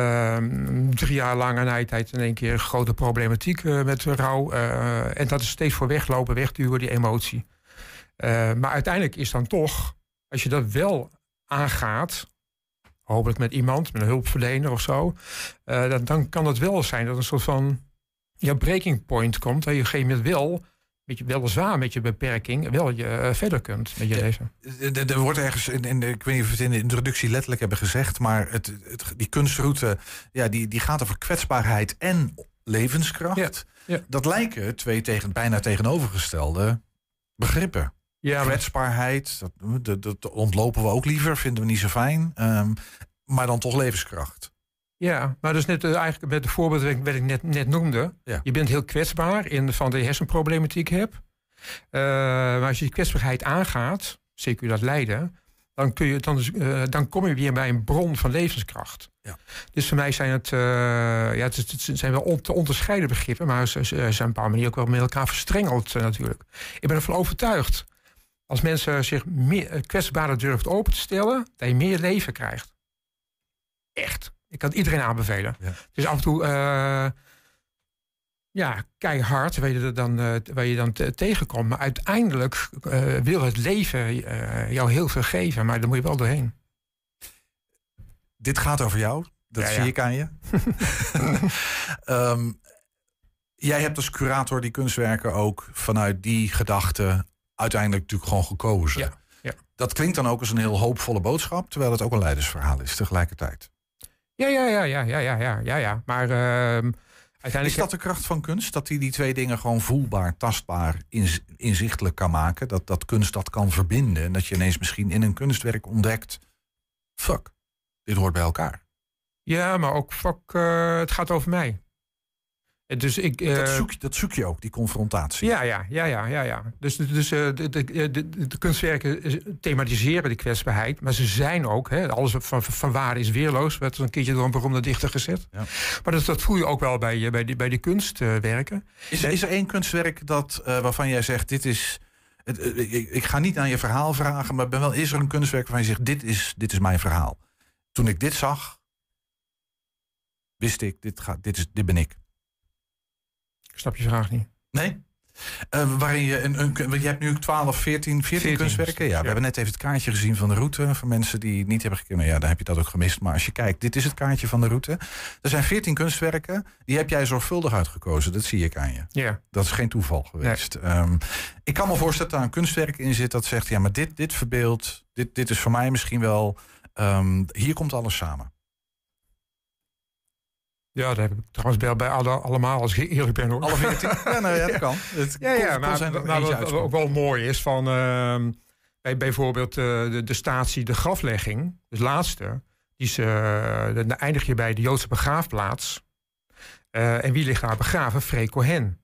Uh, drie jaar lang en hij tijd in één keer grote problematiek uh, met rouw. Uh, en dat is steeds voor weglopen, wegduwen, die emotie. Uh, maar uiteindelijk is dan toch, als je dat wel aangaat, hopelijk met iemand, met een hulpverlener of zo, uh, dan, dan kan het wel zijn dat een soort van ja, breaking point komt. Dat je op een gegeven moment wel, met je, weliswaar met je beperking, wel je uh, verder kunt met je ja, leven. Er wordt ergens, in, in de, ik weet niet of we het in de introductie letterlijk hebben gezegd, maar het, het, die kunstroute, ja, die, die gaat over kwetsbaarheid en levenskracht. Ja, ja. Dat lijken twee tegen, bijna tegenovergestelde begrippen. Ja, kwetsbaarheid, dat, dat, dat ontlopen we ook liever, vinden we niet zo fijn. Um, maar dan toch levenskracht. Ja, maar dus net uh, eigenlijk met de voorbeeld wat ik net, net noemde. Ja. Je bent heel kwetsbaar in van de hersenproblematiek hebt. Uh, maar als je die kwetsbaarheid aangaat, zeker dat lijden, dan, kun je, dan, uh, dan kom je weer bij een bron van levenskracht. Ja. Dus voor mij zijn het, uh, ja, het, het zijn wel on, te onderscheiden begrippen, maar ze, ze zijn op een bepaalde manier ook wel met elkaar verstrengeld uh, natuurlijk. Ik ben ervan overtuigd, als mensen zich meer kwetsbaarder durven open te stellen, dat je meer leven krijgt. Echt. Ik kan het iedereen aanbevelen. Ja. Dus af en toe, uh, ja, keihard waar je, dan, uh, waar je dan te, tegenkomt. Maar uiteindelijk uh, wil het leven uh, jou heel veel geven, maar daar moet je wel doorheen. Dit gaat over jou. Dat ja, zie ja. ik aan je. um, jij hebt als curator die kunstwerken ook vanuit die gedachte uiteindelijk natuurlijk gewoon gekozen. Ja, ja. Dat klinkt dan ook als een heel hoopvolle boodschap, terwijl het ook een leidersverhaal is tegelijkertijd. Ja, ja, ja, ja, ja, ja, ja, ja, ja. Maar uh, uiteindelijk... Is dat de kracht van kunst? Dat die die twee dingen gewoon voelbaar, tastbaar, inzichtelijk kan maken? Dat, dat kunst dat kan verbinden? En dat je ineens misschien in een kunstwerk ontdekt, fuck, dit hoort bij elkaar. Ja, maar ook fuck, uh, het gaat over mij. Dus ik, uh, dat, zoek, dat zoek je ook, die confrontatie. Ja, ja, ja, ja, ja, ja. Dus, dus uh, de, de, de, de kunstwerken thematiseren die kwetsbaarheid, maar ze zijn ook, hè, alles van, van waarde is weerloos, werd er een keertje door een beroemde dichter gezet. Ja. Maar dat, dat voel je ook wel bij, bij, die, bij die kunstwerken. Is, is er één kunstwerk dat, uh, waarvan jij zegt, dit is... Het, uh, ik, ik ga niet aan je verhaal vragen, maar ben wel, is er een kunstwerk waarvan je zegt, dit is, dit is mijn verhaal. Toen ik dit zag, wist ik, dit, gaat, dit, is, dit ben ik. Ik snap je vraag niet. Nee? Uh, waarin je, een, een, je hebt nu twaalf, veertien, veertien kunstwerken. Ja, we ja. hebben net even het kaartje gezien van de route. Voor mensen die het niet hebben gekend. Ja, dan heb je dat ook gemist. Maar als je kijkt, dit is het kaartje van de route. Er zijn veertien kunstwerken. Die heb jij zorgvuldig uitgekozen. Dat zie ik aan je. Ja. Dat is geen toeval geweest. Nee. Um, ik kan me voorstellen dat er een kunstwerk in zit dat zegt, ja, maar dit, dit verbeeldt. Dit, dit is voor mij misschien wel. Um, hier komt alles samen. Ja, dat heb ik trouwens bij, bij alle, allemaal, als ik eerlijk ben hoor. Alle veertien? Ja, nou ja, dat kan. Het ja, ja, maar, maar, maar wat ook wel mooi is van uh, bij bijvoorbeeld uh, de, de statie, de graflegging, dus laatste, Die is, uh, dan eindig je bij de Joodse begraafplaats. Uh, en wie ligt daar begraven? Frey Cohen.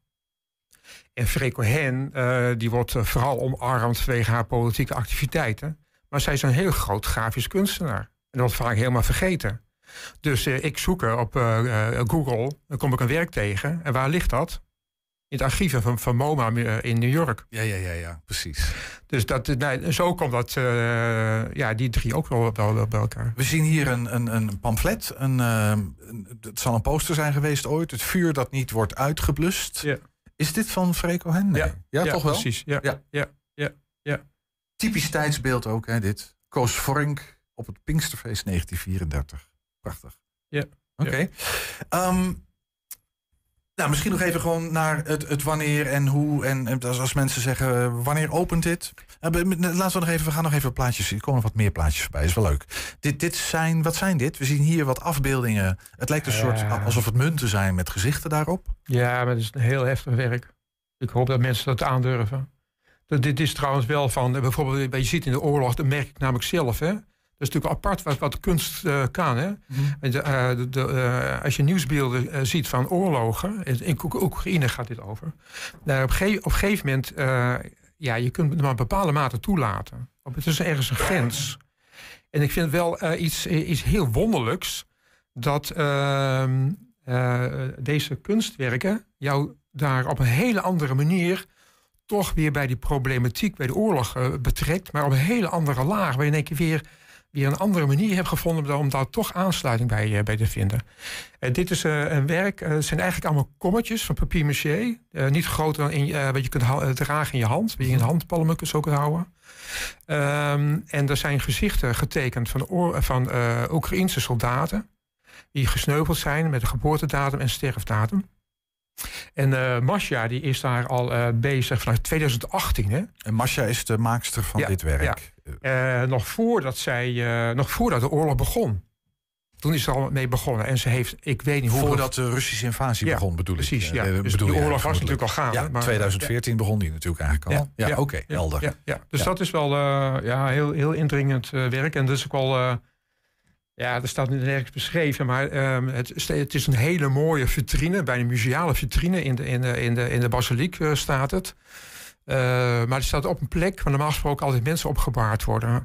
En Frey Cohen, uh, die wordt uh, vooral omarmd vanwege haar politieke activiteiten. Maar zij is een heel groot grafisch kunstenaar. En dat wordt vaak helemaal vergeten. Dus uh, ik zoek er op uh, uh, Google, dan kom ik een werk tegen. En waar ligt dat? In het archieven van, van MoMA in New York. Ja, ja, ja, ja, precies. Dus dat, nee, zo komt dat, uh, ja, die drie ook wel, wel bij elkaar. We zien hier een, een, een pamflet. Een, uh, een, het zal een poster zijn geweest ooit. Het vuur dat niet wordt uitgeblust. Ja. Is dit van Frey Cohen? Nee. Ja, ja, ja toch wel? Precies. Ja, ja. Ja, ja, ja. Typisch tijdsbeeld ook, hè, dit. Koos Vorink op het Pinksterfeest negentien vierendertig. Prachtig. Ja. Oké. Okay. Ja. Um, Nou, misschien nog even gewoon naar het, het wanneer en hoe. En, en als mensen zeggen, wanneer opent dit? Uh, laten we nog even, we gaan nog even plaatjes zien. Er komen wat meer plaatjes voorbij, is wel leuk. Dit, dit zijn, wat zijn dit? We zien hier wat afbeeldingen. Het lijkt een soort, uh, alsof het munten zijn met gezichten daarop. Ja, maar het is een heel heftig werk. Ik hoop dat mensen dat aandurven. Dat, dit is trouwens wel van, bijvoorbeeld, je ziet in de oorlog, dat merk ik namelijk zelf, hè. Dat is natuurlijk apart wat, wat kunst uh, kan. Hè? Mm-hmm. De, uh, de, de, uh, als je nieuwsbeelden uh, ziet van oorlogen, in Oekraïne gaat dit over. Uh, op, ge- op een gegeven moment, uh, ja, je kunt het maar een bepaalde mate toelaten. Het is ergens een grens. En ik vind wel uh, iets, iets heel wonderlijks dat uh, uh, deze kunstwerken jou daar op een hele andere manier toch weer bij die problematiek, bij de oorlog uh, betrekt, maar op een hele andere laag, waar je in één keer weer weer een andere manier hebt gevonden om daar toch aansluiting bij, uh, bij te vinden. Uh, dit is uh, een werk, uh, het zijn eigenlijk allemaal kommetjes van papier-mâché. Uh, niet groter dan in, uh, wat je kunt ha- dragen in je hand, waar je in de handpalmen zo kunt houden. Um, en er zijn gezichten getekend van, oor- van uh, Oekraïense soldaten die gesneuveld zijn met de geboortedatum en sterfdatum. En uh, Masha die is daar al uh, bezig vanaf twintig achttien. Hè? En Masha is de maakster van ja, dit werk. Ja. Uh, nog, voordat zij, uh, nog voordat de oorlog begon. Toen is ze al mee begonnen. En ze heeft, ik weet niet hoe. Voordat de Russische invasie ja, begon, bedoel precies, ik. Ja. Uh, dus die oorlog was natuurlijk al gaande. Ja, maar, twintig veertien ja. begon die natuurlijk eigenlijk al. Ja, ja, ja oké, okay, ja, helder. Ja, ja. Dus ja. dat is wel uh, ja, heel, heel indringend uh, werk. En dat is ook wel. Uh, ja, er staat niet nergens beschreven, maar um, het, het is een hele mooie vitrine, bijna een museale vitrine in de, in de, in de, in de basiliek uh, staat het. Uh, maar het staat op een plek waar normaal gesproken altijd mensen opgebaard worden.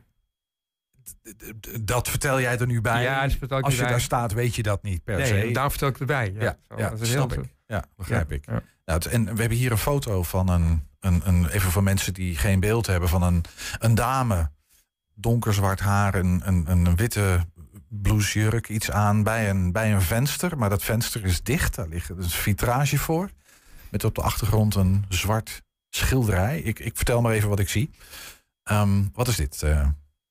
Dat vertel jij er nu bij? Ja, dat vertel ik Als je erbij. daar staat, weet je dat niet per nee, se. Nee, daar vertel ik erbij. Ja, ja, zo, ja dat is snap heel ik. Ja, begrijp ja, ik. Ja. Nou, het, en we hebben hier een foto van een, een, een... Even voor mensen die geen beeld hebben, van een, een dame. Donkerzwart haar, een, een, een witte blousemjurk, iets aan bij een, bij een venster. Maar dat venster is dicht, daar ligt een vitrage voor. Met op de achtergrond een zwart schilderij. Ik, ik vertel maar even wat ik zie. Um, wat is dit? Uh...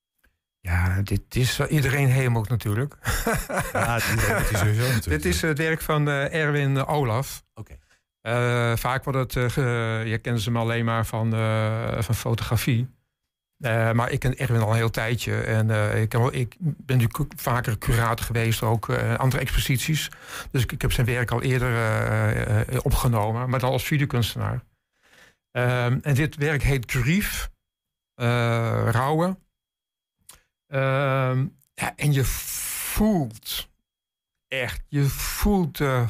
Ja, dit is iedereen hemelt natuurlijk. Ja, iedereen is sowieso natuurlijk. Dit is het werk van uh, Erwin Olaf. Oké. Okay. Uh, vaak wordt het, uh, ge, je kent ze alleen maar van, uh, van fotografie. Uh, maar ik ken Erwin al een heel tijdje. En uh, ik, heb, ik ben natuurlijk vaker curator geweest, ook uh, andere exposities. Dus ik, ik heb zijn werk al eerder uh, uh, opgenomen, maar dan als videokunstenaar. Uh, en dit werk heet Grief, uh, rouwen. Uh, ja, en je voelt echt, je voelt de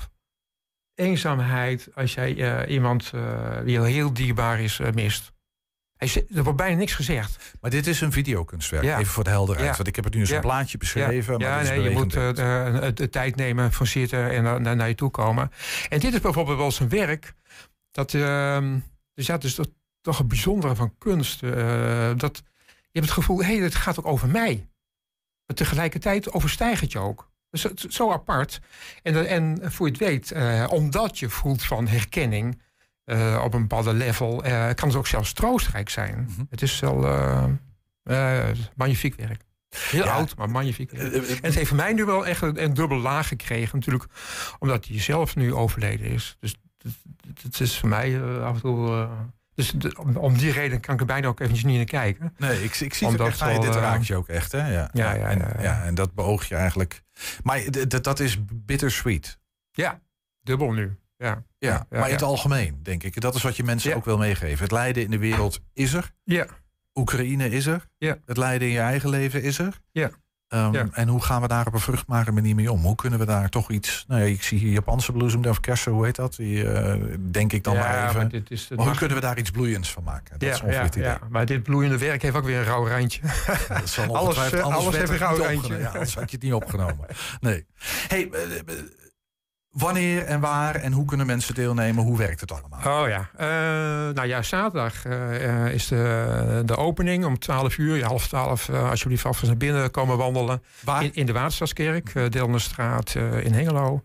eenzaamheid als jij uh, iemand uh, die heel dierbaar is uh, mist. Er wordt bijna niks gezegd. Maar dit is een videokunstwerk, ja. even voor de helderheid. Ja. Want ik heb het nu eens ja. een plaatje beschreven. Ja, maar ja nee, je moet uh, de, de tijd nemen van zitten en uh, naar je toe komen. En dit is bijvoorbeeld wel zijn werk. Dat, uh, dus ja, het is toch, toch een bijzondere van kunst. Uh, dat, je hebt het gevoel, hé, hey, het gaat ook over mij. Maar tegelijkertijd overstijgt het je ook. Dus, zo apart. En, en voor je het weet, uh, omdat je voelt van herkenning... Uh, op een bepaalde level, uh, kan het ook zelfs troostrijk zijn. Mm-hmm. Het is wel uh, uh, magnifiek werk. Heel ja. oud, maar magnifiek werk. Uh, uh, uh, en het heeft voor mij nu wel echt een, een dubbele laag gekregen. Natuurlijk, omdat hij zelf nu overleden is. Dus het is voor mij uh, af en toe... Uh, dus de, om, om die reden kan ik er bijna ook eventjes niet naar kijken. Nee, ik, ik zie omdat het echt, dit raakt je ook echt, hè? Ja, ja, ja, en, ja, ja. ja, en dat beoog je eigenlijk... Maar d- d- dat is bittersweet. Ja, dubbel nu. Ja, ja, ja, maar in ja. het algemeen, denk ik. Dat is wat je mensen ja. ook wil meegeven. Het lijden in de wereld is er. Ja. Oekraïne is er. Ja. Het lijden in je eigen leven is er. Ja. Um, Ja. En hoe gaan we daar op een vruchtbare manier mee om? Hoe kunnen we daar toch iets... Nou ja, ik zie hier Japanse bloesem of kersen, hoe heet dat? Die, uh, denk ik dan Ja, maar even. maar dit is de Maar hoe nacht- kunnen we daar iets bloeiends van maken? Dat Ja, is ongeveer ja, het idee. ja, maar dit bloeiende werk heeft ook weer een rauw randje. Dat zal Alles, ongetwijfeld- eh, anders alles werd heeft een het niet rauw opgenomen. randje. Ja, anders had je het niet opgenomen. Nee. Hey, uh, uh, wanneer en waar en hoe kunnen mensen deelnemen? Hoe werkt het allemaal? Oh ja, uh, nou ja, zaterdag uh, is de, de opening om twaalf uur, ja, half twaalf, uh, alsjeblieft alvast naar binnen komen wandelen. Waar? In, in de Waterstaatskerk, uh, Delnerstraat uh, in Hengelo.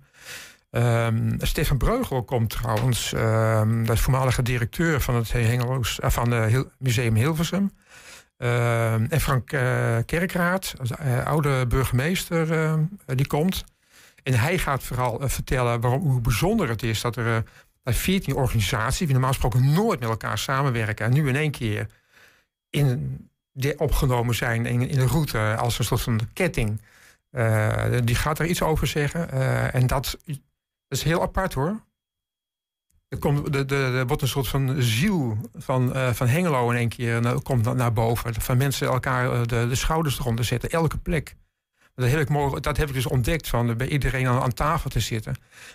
Um, Stefan Breugel komt trouwens, um, dat is voormalige directeur van het Hengeloos, uh, van het Museum Hilversum. Uh, en Frank uh, Kerkraat, uh, oude burgemeester, uh, die komt. En hij gaat vooral uh, vertellen waarom, hoe bijzonder het is dat er uh, veertien organisaties, die normaal gesproken nooit met elkaar samenwerken, en nu in één keer in de, opgenomen zijn in, in de route als een soort van ketting. Uh, die gaat er iets over zeggen. Uh, en dat, dat is heel apart hoor. Er, komt, de, de, er wordt een soort van ziel van, uh, van Hengelo in één keer uh, komt naar, naar boven. Van mensen elkaar uh, de, de schouders eronder zetten, elke plek. Dat heb ik, mogen, dat heb ik dus ontdekt, van bij iedereen aan, aan tafel te zitten.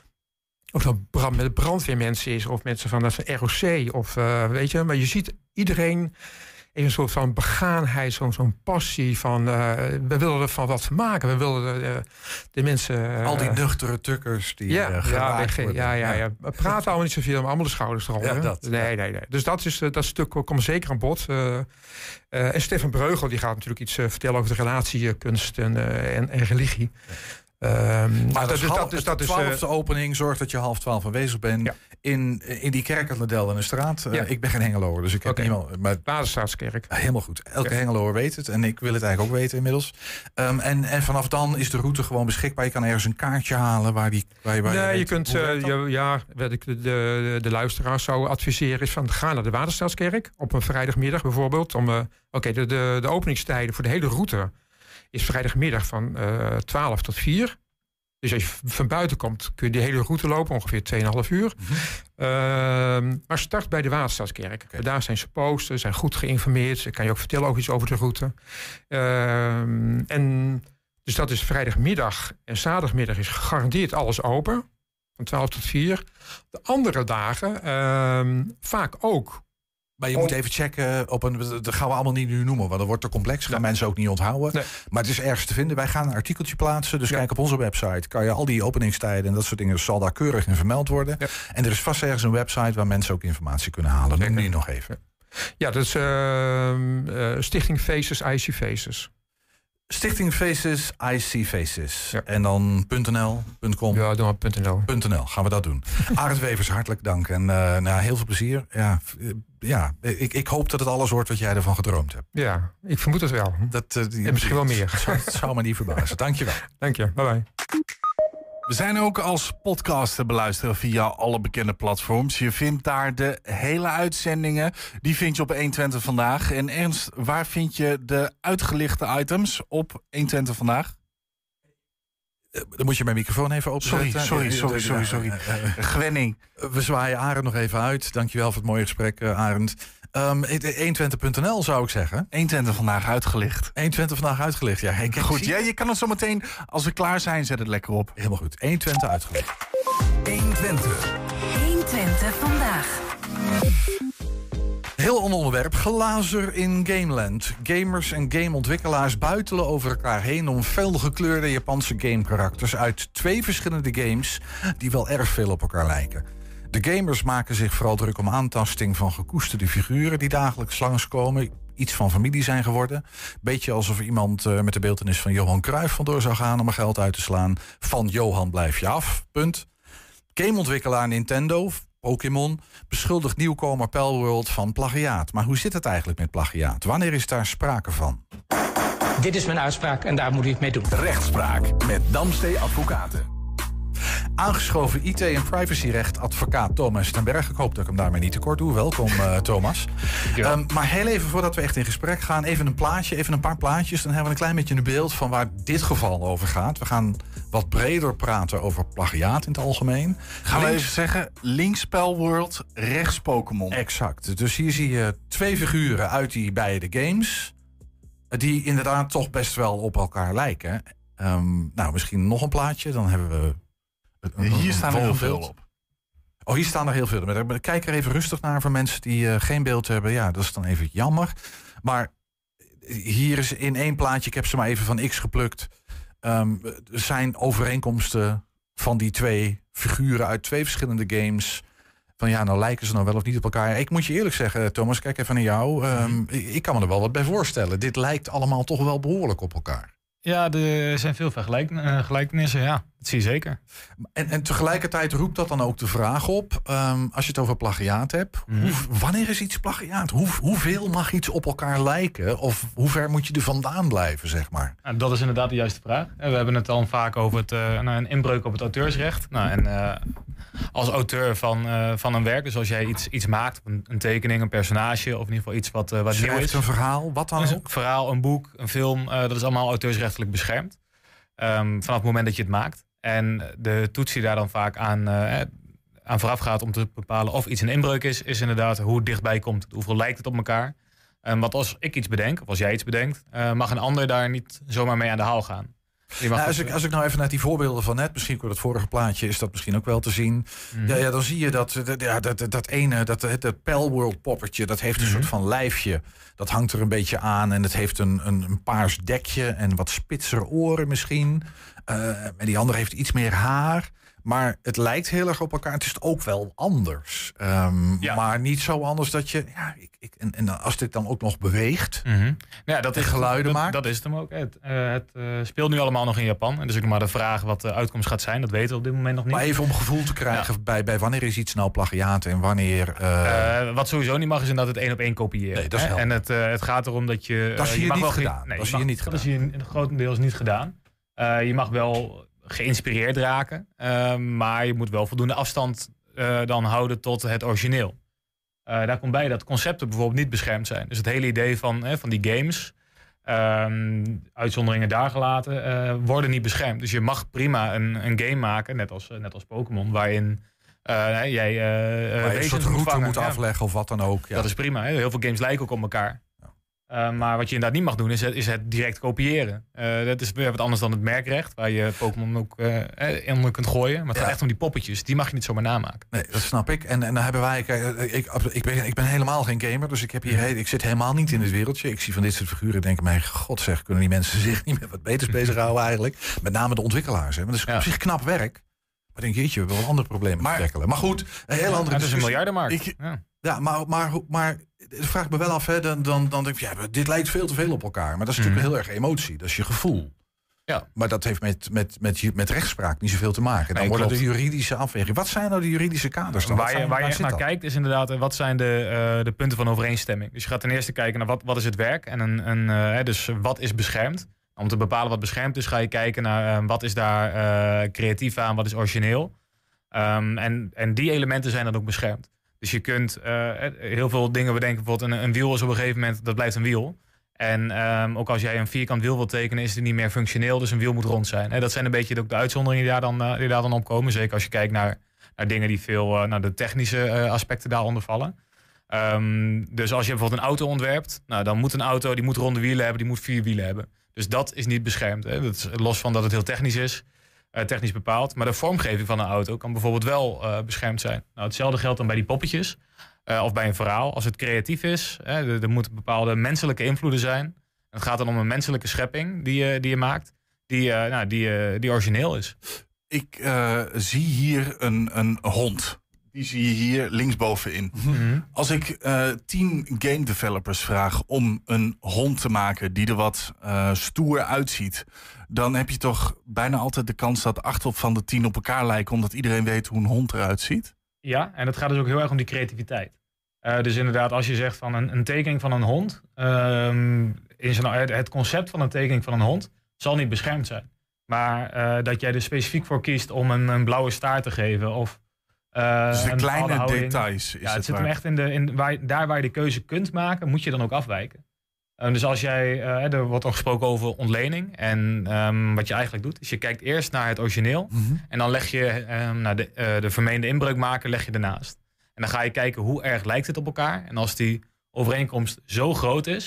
Of dat brand, met brandweermensen is, of mensen van de R O C, of uh, weet je. Maar je ziet iedereen in een soort van begaanheid, zo'n zo'n passie van... Uh, we willen er van wat van maken. We willen de, de mensen... Uh, Al die nuchtere tukkers die ja, uh, ja, geraakt ja, worden. ja, ja, ja. We praten allemaal niet zoveel, maar allemaal de schouders eronder. Ja, dat. Nee, nee, nee. Dus dat, is, dat stuk komt zeker aan bod. Uh, uh, en Stefan Breugel die gaat natuurlijk iets uh, vertellen over de relatie, uh, kunst en, uh, en, en religie. Um, Maar dat, de dus dat, dus dat de is... twaalfde opening zorgt dat je half twaalf aanwezig bent. Ja. In, in die kerk aan de Deldenstraat. Uh, Ja. Ik ben geen Hengeloer, dus ik heb Oké. niet... Maar Waterstaatskerk. helemaal goed. Elke Ja. Hengeloer weet het. En ik wil het eigenlijk ook weten inmiddels. Um, en, en vanaf dan is de route gewoon beschikbaar. Je kan ergens een kaartje halen waar die... Waar, waar Nee, je weet- kunt, hoe uh, werkt dat? je, ja, wat ik de, de, de luisteraars zou adviseren is van ga naar de Waterstaatskerk op een vrijdagmiddag bijvoorbeeld. Om, uh, Oké, okay, de, de, de openingstijden voor de hele route is vrijdagmiddag van uh, twaalf tot vier. Dus als je van buiten komt, kun je de hele route lopen, ongeveer twee komma vijf uur. Mhm. Uh, maar start bij de Waterstaatskerk. Okay. Daar zijn ze posten, zijn goed geïnformeerd. Ze kan je ook vertellen over iets over de route. Uh, en dus dat is vrijdagmiddag en zaterdagmiddag is gegarandeerd alles open. Van twaalf tot vier. De andere dagen uh, vaak ook. Maar je Oh. moet even checken op een... Dat gaan we allemaal niet nu noemen, want dat wordt te complex. Gaan Nee. mensen ook niet onthouden. Nee. Maar het is ergens te vinden. Wij gaan een artikeltje plaatsen. Dus Ja. kijk op onze website. Kan je al die openingstijden en dat soort dingen... zal daar keurig in vermeld worden. Ja. En er is vast ergens een website waar mensen ook informatie kunnen halen. Noem Zeker. die nog even. Ja, dat is uh, uh, Stichting Faces, I C Faces. Stichting Faces, I C Faces. Ja. En dan .nl, .com, Ja, doe maar .nl. .nl. Gaan we dat doen. Arend Wevers, hartelijk dank. En uh, nou, heel veel plezier. Ja, uh, ja ik, ik hoop dat het alles wordt wat jij ervan gedroomd hebt. Ja, ik vermoed het wel. Dat, uh, die, En misschien wel meer. Het zou, het zou me niet verbazen. Dank je wel. Dank je, bye bye. We zijn ook als podcast te beluisteren via alle bekende platforms. Je vindt daar de hele uitzendingen. Die vind je op honderdtwintig Vandaag. En Ernst, waar vind je de uitgelichte items op honderdtwintig Vandaag? Uh, dan moet je mijn microfoon even openzetten. Sorry, sorry, sorry, sorry, sorry. Gewenning. We zwaaien Arend nog even uit. Dankjewel voor het mooie gesprek, uh, Arend. Um, honderdtwintig punt n l zou ik zeggen. honderdtwintig Vandaag uitgelicht. honderdtwintig vandaag uitgelicht. Ja, hey, kijk, Goed, zie- ja, je kan het zo meteen, als we klaar zijn, zet het lekker op. Helemaal goed. honderdtwintig uitgelicht. honderdtwintig. honderdtwintig vandaag. Heel ander onderwerp. Glazer in Gameland. Gamers en gameontwikkelaars buitelen over elkaar heen om felgekleurde Japanse gamekarakters uit twee verschillende games die wel erg veel op elkaar lijken. De gamers maken zich vooral druk om aantasting van gekoesterde figuren die dagelijks langskomen. Iets van familie zijn geworden. Beetje alsof iemand uh, met de beeltenis van Johan Cruijff vandoor zou gaan om er geld uit te slaan. Van Johan blijf je af. Punt. Gameontwikkelaar Nintendo, Pokémon, beschuldigt nieuwkomer Palworld van plagiaat. Maar hoe zit het eigenlijk met plagiaat? Wanneer is daar sprake van? Dit is mijn uitspraak en daar moet u het mee doen. Rechtspraak met Damstee Advocaten. Aangeschoven I T- en privacyrecht advocaat Thomas ten Berg. Ik hoop dat ik hem daarmee niet tekort doe. Welkom uh, Thomas. Um, maar heel even voordat we echt in gesprek gaan, even een plaatje, even een paar plaatjes. Dan hebben we een klein beetje een beeld van waar dit geval over gaat. We gaan wat breder praten over plagiaat in het algemeen. Gaan we Links- even zeggen, links Palworld, rechts Pokémon. Exact. Dus hier zie je twee figuren uit die beide games. die inderdaad toch best wel op elkaar lijken. Um, nou, misschien nog een plaatje, dan hebben we... Een, hier staan er heel veel op. Oh, hier staan er heel veel op. Kijk er even rustig naar voor mensen die uh, geen beeld hebben. Ja, dat is dan even jammer. Maar hier is in één plaatje, ik heb ze maar even van X geplukt... Um, er zijn overeenkomsten van die twee figuren uit twee verschillende games... Van ja, nou lijken ze nou wel of niet op elkaar. Ik moet je eerlijk zeggen, Thomas, kijk even naar jou. Um, ik kan me er wel wat bij voorstellen. Dit lijkt allemaal toch wel behoorlijk op elkaar. Ja, er zijn veel vergelijk, uh, gelijkenissen, ja. Dat zie je zeker. En, en tegelijkertijd roept dat dan ook de vraag op... Um, als je het over plagiaat hebt... Mm. Hoe, wanneer is iets plagiaat? Hoe, hoeveel mag iets op elkaar lijken? Of hoe ver moet je er vandaan blijven, zeg maar? Nou, dat is inderdaad de juiste vraag. We hebben het al vaak over het, uh, nou, een inbreuk op het auteursrecht. Nou, en uh, als auteur van, uh, van een werk... dus als jij iets, iets maakt, een, een tekening, een personage... of in ieder geval iets wat, uh, wat nieuw is... een verhaal, wat dan ook? Een verhaal, een boek, een film... Uh, dat is allemaal auteursrechtelijk beschermd. Um, vanaf het moment dat je het maakt... En de toets die daar dan vaak aan, uh, aan vooraf gaat om te bepalen of iets een inbreuk is, is inderdaad hoe dichtbij komt. Hoeveel lijkt het op elkaar? Um, want als ik iets bedenk, of als jij iets bedenkt, uh, mag een ander daar niet zomaar mee aan de haal gaan. Nou, als, ik, als ik nou even naar die voorbeelden van net, misschien voor het vorige plaatje is dat misschien ook wel te zien. Mm. Ja, ja, dan zie je dat dat, ja, dat, dat ene, dat, dat Palworld poppetje, dat heeft een mm. soort van lijfje. Dat hangt er een beetje aan en het heeft een, een, een paars dekje en wat spitser oren misschien. Uh, en die andere heeft iets meer haar. Maar het lijkt heel erg op elkaar. Het is ook wel anders. Um, ja. Maar niet zo anders dat je... Ja, ik, ik, en, en als dit dan ook nog beweegt... Mm-hmm. Ja, dat en is, geluiden dat, maakt... Dat is het hem ook. Het, uh, het uh, speelt nu allemaal nog in Japan. En dus ook nog maar de vraag wat de uitkomst gaat zijn. Dat weten we op dit moment nog niet. Maar even om gevoel te krijgen... Ja. Bij, bij wanneer is iets nou plagiaat en wanneer... Uh... Uh, wat sowieso niet mag is inderdaad het één op één kopiëren. Nee, dat is en het, uh, het gaat erom dat je... Dat is hier je mag niet wel gedaan. Geen, nee, dat is mag, hier niet dat gedaan. is hier grotendeels niet gedaan. Uh, je mag wel... geïnspireerd raken. Uh, maar je moet wel voldoende afstand uh, dan houden tot het origineel. Uh, daar komt bij dat concepten bijvoorbeeld niet beschermd zijn. Dus het hele idee van, hè, van die games, uh, uitzonderingen daar gelaten, uh, worden niet beschermd. Dus je mag prima een, een game maken, net als, net als Pokémon, waarin uh, jij uh, een soort route moet ja. afleggen of wat dan ook. Ja. Dat is prima. Hè? Heel veel games lijken ook op elkaar. Uh, maar wat je inderdaad niet mag doen, is het, is het direct kopiëren. Uh, dat is weer wat anders dan het merkrecht, waar je Pokémon ook uh, in kunt gooien. Maar het ja. gaat echt om die poppetjes, die mag je niet zomaar namaken. Nee, dat snap ik. En, en dan hebben wij... Ik, ik, ik, ben, ik ben helemaal geen gamer, dus ik, heb hier, ik zit helemaal niet in dit wereldje. Ik zie van dit soort figuren en denk ik, mijn god zeg, kunnen die mensen zich niet met wat beters bezighouden eigenlijk? Met name de ontwikkelaars. Hè? Maar dat is ja. op zich knap werk. Maar denk jeetje, we hebben wel andere problemen maar, te tackelen. Maar goed, een heel andere... Ja, het is een miljardenmarkt. Ik, ja. ja, maar, maar, maar dat vraag ik me wel af. Hè, dan, dan, dan denk ik, ja, dit lijkt veel te veel op elkaar. Maar dat is mm. natuurlijk heel erg emotie. Dat is je gevoel. Ja. Maar dat heeft met, met, met, met rechtspraak niet zoveel te maken. Dan nee, worden de juridische afwegingen. Wat zijn nou de juridische kaders? Dan? Waar je, zijn, waar je waar echt naar dat? kijkt is inderdaad, wat zijn de, uh, de punten van overeenstemming. Dus je gaat ten eerste kijken naar wat, wat is het werk. En een, een, uh, dus wat is beschermd. Om te bepalen wat beschermd is, ga je kijken naar uh, wat is daar uh, creatief aan, wat is origineel. Um, en, en die elementen zijn dan ook beschermd. Dus je kunt uh, heel veel dingen bedenken. Bijvoorbeeld een, een wiel is op een gegeven moment, dat blijft een wiel. En um, ook als jij een vierkant wiel wilt tekenen, is het niet meer functioneel. Dus een wiel moet rond zijn. He, dat zijn een beetje ook de uitzonderingen die daar dan, uh, die daar dan opkomen. Zeker als je kijkt naar, naar dingen die veel uh, naar de technische uh, aspecten daaronder vallen. Um, dus als je bijvoorbeeld een auto ontwerpt, nou, dan moet een auto, die moet ronde wielen hebben, die moet vier wielen hebben. Dus dat is niet beschermd. Hè. Dat is los van dat het heel technisch is. Uh, technisch bepaald. Maar de vormgeving van een auto kan bijvoorbeeld wel uh, beschermd zijn. Nou, hetzelfde geldt dan bij die poppetjes. Uh, of bij een verhaal. Als het creatief is, hè, er moeten bepaalde menselijke invloeden zijn. Het gaat dan om een menselijke schepping die je, die je maakt. Die, uh, nou, die, uh, die origineel is. Ik uh, zie hier een, een hond. Die zie je hier linksbovenin. Mm-hmm. Als ik uh, tien game developers vraag om een hond te maken die er wat uh, stoer uitziet, dan heb je toch bijna altijd de kans dat acht op van de tien op elkaar lijken, omdat iedereen weet hoe een hond eruit ziet? Ja, en het gaat dus ook heel erg om die creativiteit. Uh, dus inderdaad, als je zegt van een, een tekening van een hond, um, in zijn, het concept van een tekening van een hond zal niet beschermd zijn. Maar uh, dat jij er specifiek voor kiest om een, een blauwe staart te geven of Uh, dus de kleine details. Is ja, het, het zit waar. hem echt in de. In, waar, daar waar je de keuze kunt maken, moet je dan ook afwijken. Uh, dus als jij. Uh, er wordt al gesproken over ontlening. En um, wat je eigenlijk doet, is je kijkt eerst naar het origineel. Mm-hmm. En dan leg je um, naar de, uh, de vermeende inbreukmaker leg je ernaast. En dan ga je kijken hoe erg lijkt het op elkaar. En als die overeenkomst zo groot is,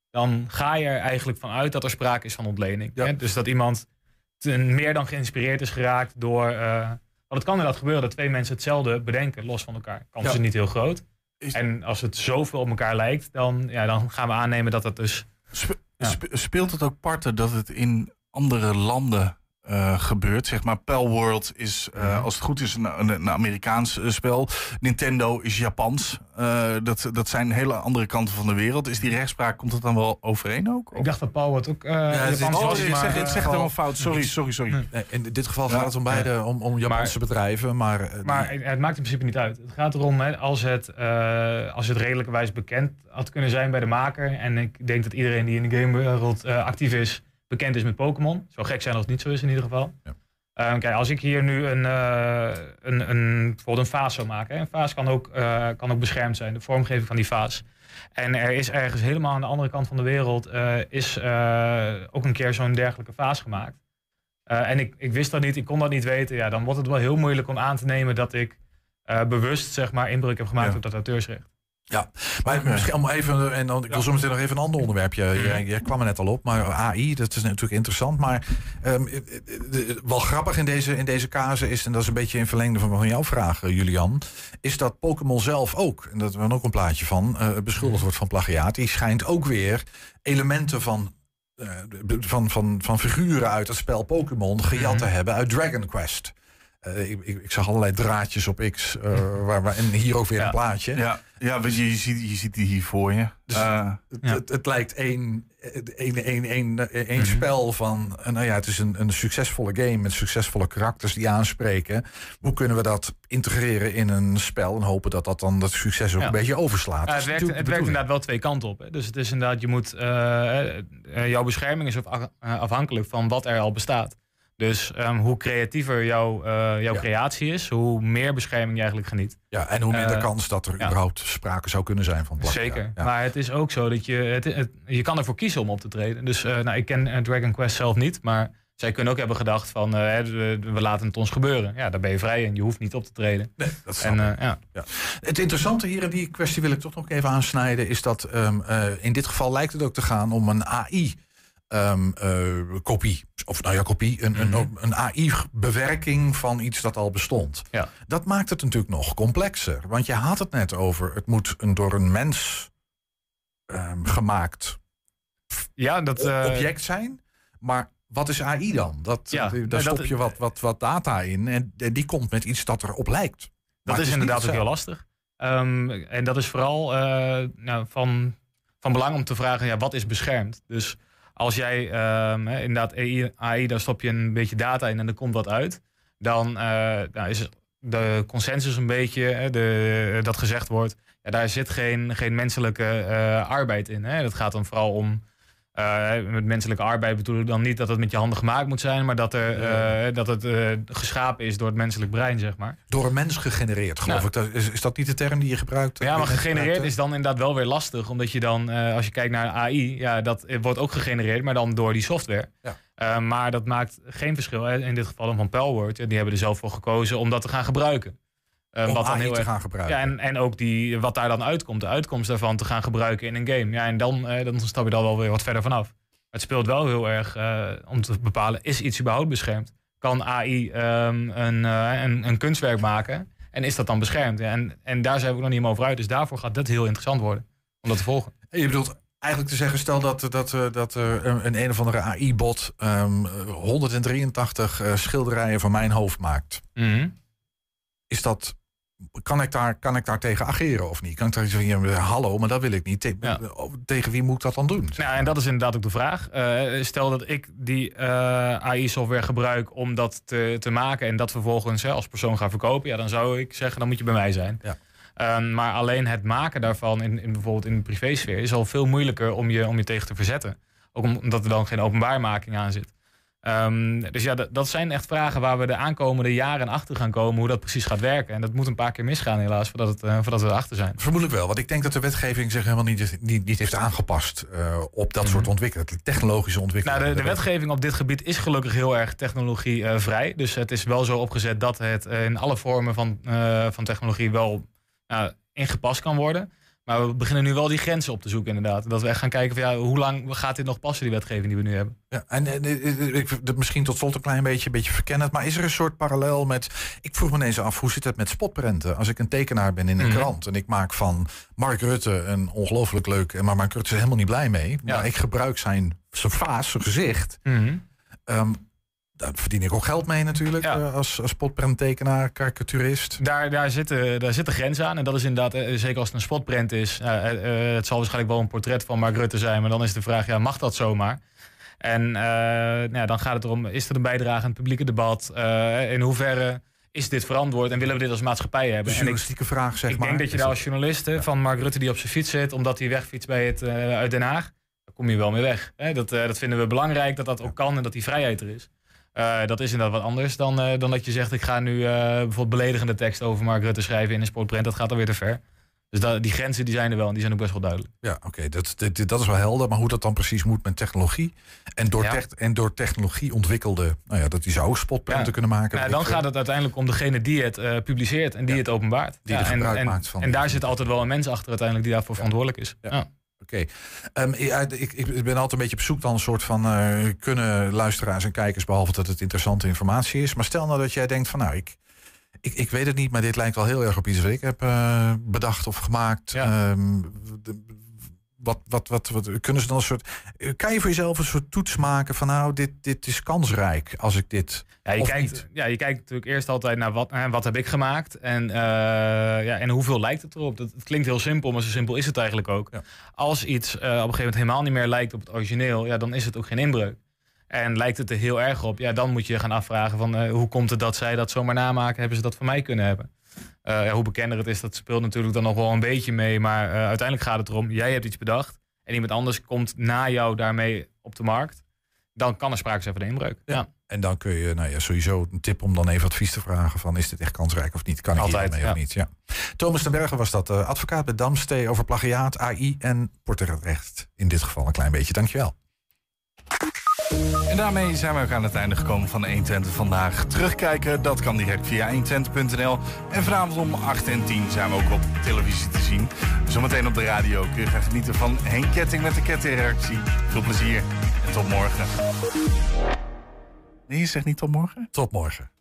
dan ga je er eigenlijk vanuit dat er sprake is van ontlening. Ja. Hè? Dus dat iemand ten meer dan geïnspireerd is geraakt door... Uh, want het kan inderdaad gebeuren dat twee mensen hetzelfde bedenken, los van elkaar. Kans Ja. is niet heel groot. Is- En als het zoveel op elkaar lijkt, dan, ja, dan gaan we aannemen dat het dus... Spe- Ja. spe- speelt het ook parten dat het in andere landen uh, gebeurt? Zeg maar, Palworld is, uh, Ja. als het goed is, een, een, een Amerikaans uh, spel. Nintendo is Japans. Uh, dat, dat zijn hele andere kanten van de wereld. Is die rechtspraak, komt het dan wel overeen ook? Ik dacht dat Paul het ook uh, het is- Japans Oh, was, ik maar, zeg, ik uh, zeg het helemaal fout. Sorry, sorry, sorry. Nee. Nee, in dit geval Ja. gaat het om beide, om, om Japanse Maar- bedrijven. Maar, uh, Maar die- het maakt in principe niet uit. Het gaat erom, hè, als, het, uh, als het redelijkerwijs bekend had kunnen zijn bij de maker. En ik denk dat iedereen die in de gamewereld uh, actief is, bekend is met Pokémon. Het zou gek zijn als het niet zo is in ieder geval. Ja. Uh, kijk, als ik hier nu een, uh, een, een, bijvoorbeeld een vaas zou maken. Hè. Een vaas kan ook, uh, kan ook beschermd zijn, de vormgeving van die vaas. En er is ergens helemaal aan de andere kant van de wereld uh, is uh, ook een keer zo'n dergelijke vaas gemaakt. Uh, en ik, ik wist dat niet, ik kon dat niet weten. Ja, dan wordt het wel heel moeilijk om aan te nemen dat ik uh, bewust zeg maar, inbreuk heb gemaakt Ja. op dat auteursrecht. Ja, maar Oké. misschien om even, en dan, ik wil zo meteen nog even een ander onderwerpje. Jij, jij kwam er net al op, maar A I, dat is natuurlijk interessant. Maar um, wel grappig in deze, in deze casus is, en dat is een beetje in verlengde van, van jouw vraag, Julian, is dat Pokémon zelf ook, en dat er ook een plaatje van, uh, beschuldigd wordt van plagiaat. Die schijnt ook weer elementen van, uh, van, van, van figuren uit het spel Pokémon gejat te hebben uit Dragon Quest. Uh, ik, ik, ik zag allerlei draadjes op X, uh, waar, waar, en hier ook weer Ja. een plaatje. Ja, ja je, je, ziet, je ziet die hier voor je. Dus- Uh, Het, Ja. het, het lijkt één, één, één, één, één Mhm. spel van... uh, nou ja, het is een, een succesvolle game met succesvolle karakters die aanspreken. Hoe kunnen we dat integreren in een spel en hopen dat dat dan dat succes ook Ja. een beetje overslaat? Ja, Dat het is werkt, natuurlijk het de werkt bedoeling. inderdaad wel twee kanten op. Hè. Dus het is inderdaad, je moet, uh, uh, jouw bescherming is af- uh, afhankelijk van wat er al bestaat. Dus um, hoe creatiever jouw, uh, jouw Ja. creatie is, hoe meer bescherming je eigenlijk geniet. Ja, en hoe minder Uh, kans dat er ja. überhaupt sprake zou kunnen zijn van plagiaat. Zeker. Ja. Maar het is ook zo dat je, het, het, je kan ervoor kiezen om op te treden. Dus uh, nou, ik ken uh, Dragon Quest zelf niet, maar zij kunnen ook hebben gedacht van uh, we, we laten het ons gebeuren. Ja, daar ben je vrij en je hoeft niet op te treden. Nee, dat snap En, ik. uh, ja. Ja. Het interessante hier, en die kwestie wil ik toch nog even aansnijden, is dat um, uh, in dit geval lijkt het ook te gaan om een A I um, uh, kopie. Of nou ja, kopie, een, Mhm. een, een A I-bewerking van iets dat al bestond. Ja. Dat maakt het natuurlijk nog complexer. Want je had het net over, het moet een door een mens um, gemaakt Ja, dat, uh, object zijn. Maar wat is A I dan? Dat, Ja, daar dat- stop je wat, wat, wat data in en die komt met iets dat erop lijkt. Maar Dat het is niet inderdaad ook heel hetzelfde. lastig. Um, en dat is vooral uh, nou, van, van belang om te vragen, ja, wat is beschermd? Dus als jij um, he, inderdaad A I, daar stop je een beetje data in en er komt wat uit, dan uh, nou, is de consensus een beetje, hè, de, dat gezegd wordt, ja, daar zit geen, geen menselijke uh, arbeid in. Hè. Dat gaat dan vooral om, uh, met menselijke arbeid bedoel ik dan niet dat het met je handen gemaakt moet zijn, maar dat, er, uh, dat het uh, geschapen is door het menselijk brein, zeg maar. Door een mens gegenereerd, geloof Nou. ik. Dat, is, is dat niet de term die je gebruikt? Ja, maar Die je net gegenereerd gebruikte? is dan inderdaad wel weer lastig. Omdat je dan, uh, als je kijkt naar A I, ja, dat wordt ook gegenereerd, maar dan door die software. Ja. Uh, maar dat maakt geen verschil. Hè. In dit geval dan van Palworld. Die hebben er zelf voor gekozen om dat te gaan gebruiken. Uh, Om wat dan A I heel te erg, gaan gebruiken. ja, en, en ook die, wat daar dan uitkomt, de uitkomst daarvan te gaan gebruiken in een game. Ja, en dan, uh, dan stap je dan wel weer wat verder vanaf. Het speelt wel heel erg uh, om te bepalen, is iets überhaupt beschermd? Kan A I um, een, uh, een, een kunstwerk maken? En is dat dan beschermd? Ja, en, en daar zijn we nog niet meer over uit. Dus daarvoor gaat dat heel interessant worden. Om dat te volgen. En je bedoelt eigenlijk te zeggen, stel dat, dat, dat uh, een, een of andere A I-bot um, honderddrieëntachtig uh, schilderijen van mijn hoofd maakt. Mm-hmm. Is dat, kan ik, daar, kan ik daar tegen ageren of niet? Kan ik daar zeggen, ja, hallo, maar dat wil ik niet. Te, Ja. Tegen wie moet ik dat dan doen? Nou, en dat is inderdaad ook de vraag. Uh, stel dat ik die uh, A I-software gebruik om dat te, te maken en dat vervolgens hè, als persoon ga verkopen, ja, dan zou ik zeggen, dan moet je bij mij zijn. Ja. Um, maar alleen het maken daarvan, in, in bijvoorbeeld in de privésfeer, is al veel moeilijker om je, om je tegen te verzetten. Ook omdat er dan geen openbaarmaking aan zit. Um, dus ja, dat, dat zijn echt vragen waar we de aankomende jaren achter gaan komen, hoe dat precies gaat werken. En dat moet een paar keer misgaan helaas, voordat, het, uh, voordat we erachter zijn. Vermoedelijk wel, want ik denk dat de wetgeving zich helemaal niet, niet, niet heeft aangepast uh, op dat soort ontwikkelingen, technologische ontwikkelingen. Nou, de, de wetgeving op dit gebied is gelukkig heel erg technologievrij. Uh, dus het is wel zo opgezet dat het uh, in alle vormen van, uh, van technologie wel uh, ingepast kan worden. Maar we beginnen nu wel die grenzen op te zoeken inderdaad. Dat we echt gaan kijken van ja, hoe lang gaat dit nog passen, die wetgeving die we nu hebben. Ja, en uh, ik, misschien tot slot een klein beetje, een beetje verkennend, maar is er een soort parallel met... Ik vroeg me ineens af, hoe zit het met spotprenten? Als ik een tekenaar ben in een mm-hmm. krant en ik maak van Mark Rutte een ongelooflijk leuk... maar Mark Rutte is er helemaal niet blij mee. Ja. Maar ik gebruik zijn, zijn vaas, zijn gezicht... Mm-hmm. Um, Daar verdien ik ook geld mee natuurlijk, ja. uh, als, als spotprenttekenaar, karikaturist. Daar, daar, zitten, daar zitten grenzen aan. En dat is inderdaad, uh, zeker als het een spotprent is... Uh, uh, het zal waarschijnlijk wel een portret van Mark Rutte zijn... maar dan is de vraag, ja, mag dat zomaar? En uh, nou ja, dan gaat het erom, is er een bijdrage aan het publieke debat? Uh, in hoeverre is dit verantwoord en willen we dit als maatschappij hebben? De journalistieke vraag, zeg ik maar. Ik denk dat je daar als journalist ja. van Mark Rutte die op zijn fiets zit... omdat hij wegfietst bij het, uh, uit Den Haag, daar kom je wel mee weg. Hè? Dat, uh, dat vinden we belangrijk, dat dat ook kan en dat die vrijheid er is. Uh, dat is inderdaad wat anders dan, uh, dan dat je zegt... ik ga nu uh, bijvoorbeeld beledigende tekst over Mark Rutte schrijven in een sportprint. Dat gaat dan weer te ver. Dus dat, die grenzen die zijn er wel en die zijn ook best wel duidelijk. Ja, oké, okay, dat, dat, dat is wel helder. Maar hoe dat dan precies moet met technologie... en door, ja. te- en door technologie ontwikkelde... nou ja, dat die zou spotprenten ja. kunnen maken. Ja, dan gaat het uiteindelijk om degene die het uh, publiceert... en die ja. het openbaart. Die ja, er gebruik en, maakt van. En, en daar zit altijd wel een mens achter uiteindelijk... die daarvoor ja. verantwoordelijk is. Ja. Ja. Oké. Okay. Um, ja, ik, ik ben altijd een beetje op zoek dan een soort van... Uh, kunnen luisteraars en kijkers, behalve dat het interessante informatie is... maar stel nou dat jij denkt van nou, ik, ik, ik weet het niet... maar dit lijkt wel heel erg op iets wat ik heb uh, bedacht of gemaakt. Ja. Um, de, wat, wat, wat, wat kunnen ze dan een soort... Kan je voor jezelf een soort toets maken van nou, dit, dit is kansrijk als ik dit... Ja, je, kijkt, ja, je kijkt natuurlijk eerst altijd naar wat, hè, wat heb ik gemaakt en, uh, ja, en hoeveel lijkt het erop. Dat, het klinkt heel simpel, maar zo simpel is het eigenlijk ook. Ja. Als iets uh, op een gegeven moment helemaal niet meer lijkt op het origineel, ja, dan is het ook geen inbreuk. En lijkt het er heel erg op, ja, dan moet je gaan afvragen van uh, hoe komt het dat zij dat zomaar namaken? Hebben ze dat van mij kunnen hebben? Uh, ja, hoe bekender het is, dat speelt natuurlijk dan nog wel een beetje mee. Maar uh, uiteindelijk gaat het erom, jij hebt iets bedacht en iemand anders komt na jou daarmee op de markt. Dan kan er sprake zijn van een inbreuk. Ja. Ja. En dan kun je, nou ja, sowieso een tip om dan even advies te vragen van is dit echt kansrijk of niet? Kan ik Altijd, hiermee ja. of niet? Ja. Thomas den Berger was dat, uh, advocaat bij Damstee over plagiaat, A I en portretrecht. In dit geval een klein beetje. Dankjewel. En daarmee zijn we ook aan het einde gekomen van honderdtwintig vandaag. Terugkijken, dat kan direct via honderdtwintig punt n l. En vanavond om acht en tien zijn we ook op televisie te zien. Zometeen op de radio kun je gaan genieten van Henk Ketting met de kettingreactie. Veel plezier en tot morgen. Nee, je zegt niet tot morgen? Tot morgen.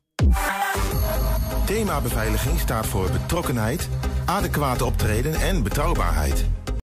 Thema beveiliging staat voor betrokkenheid, adequate optreden en betrouwbaarheid.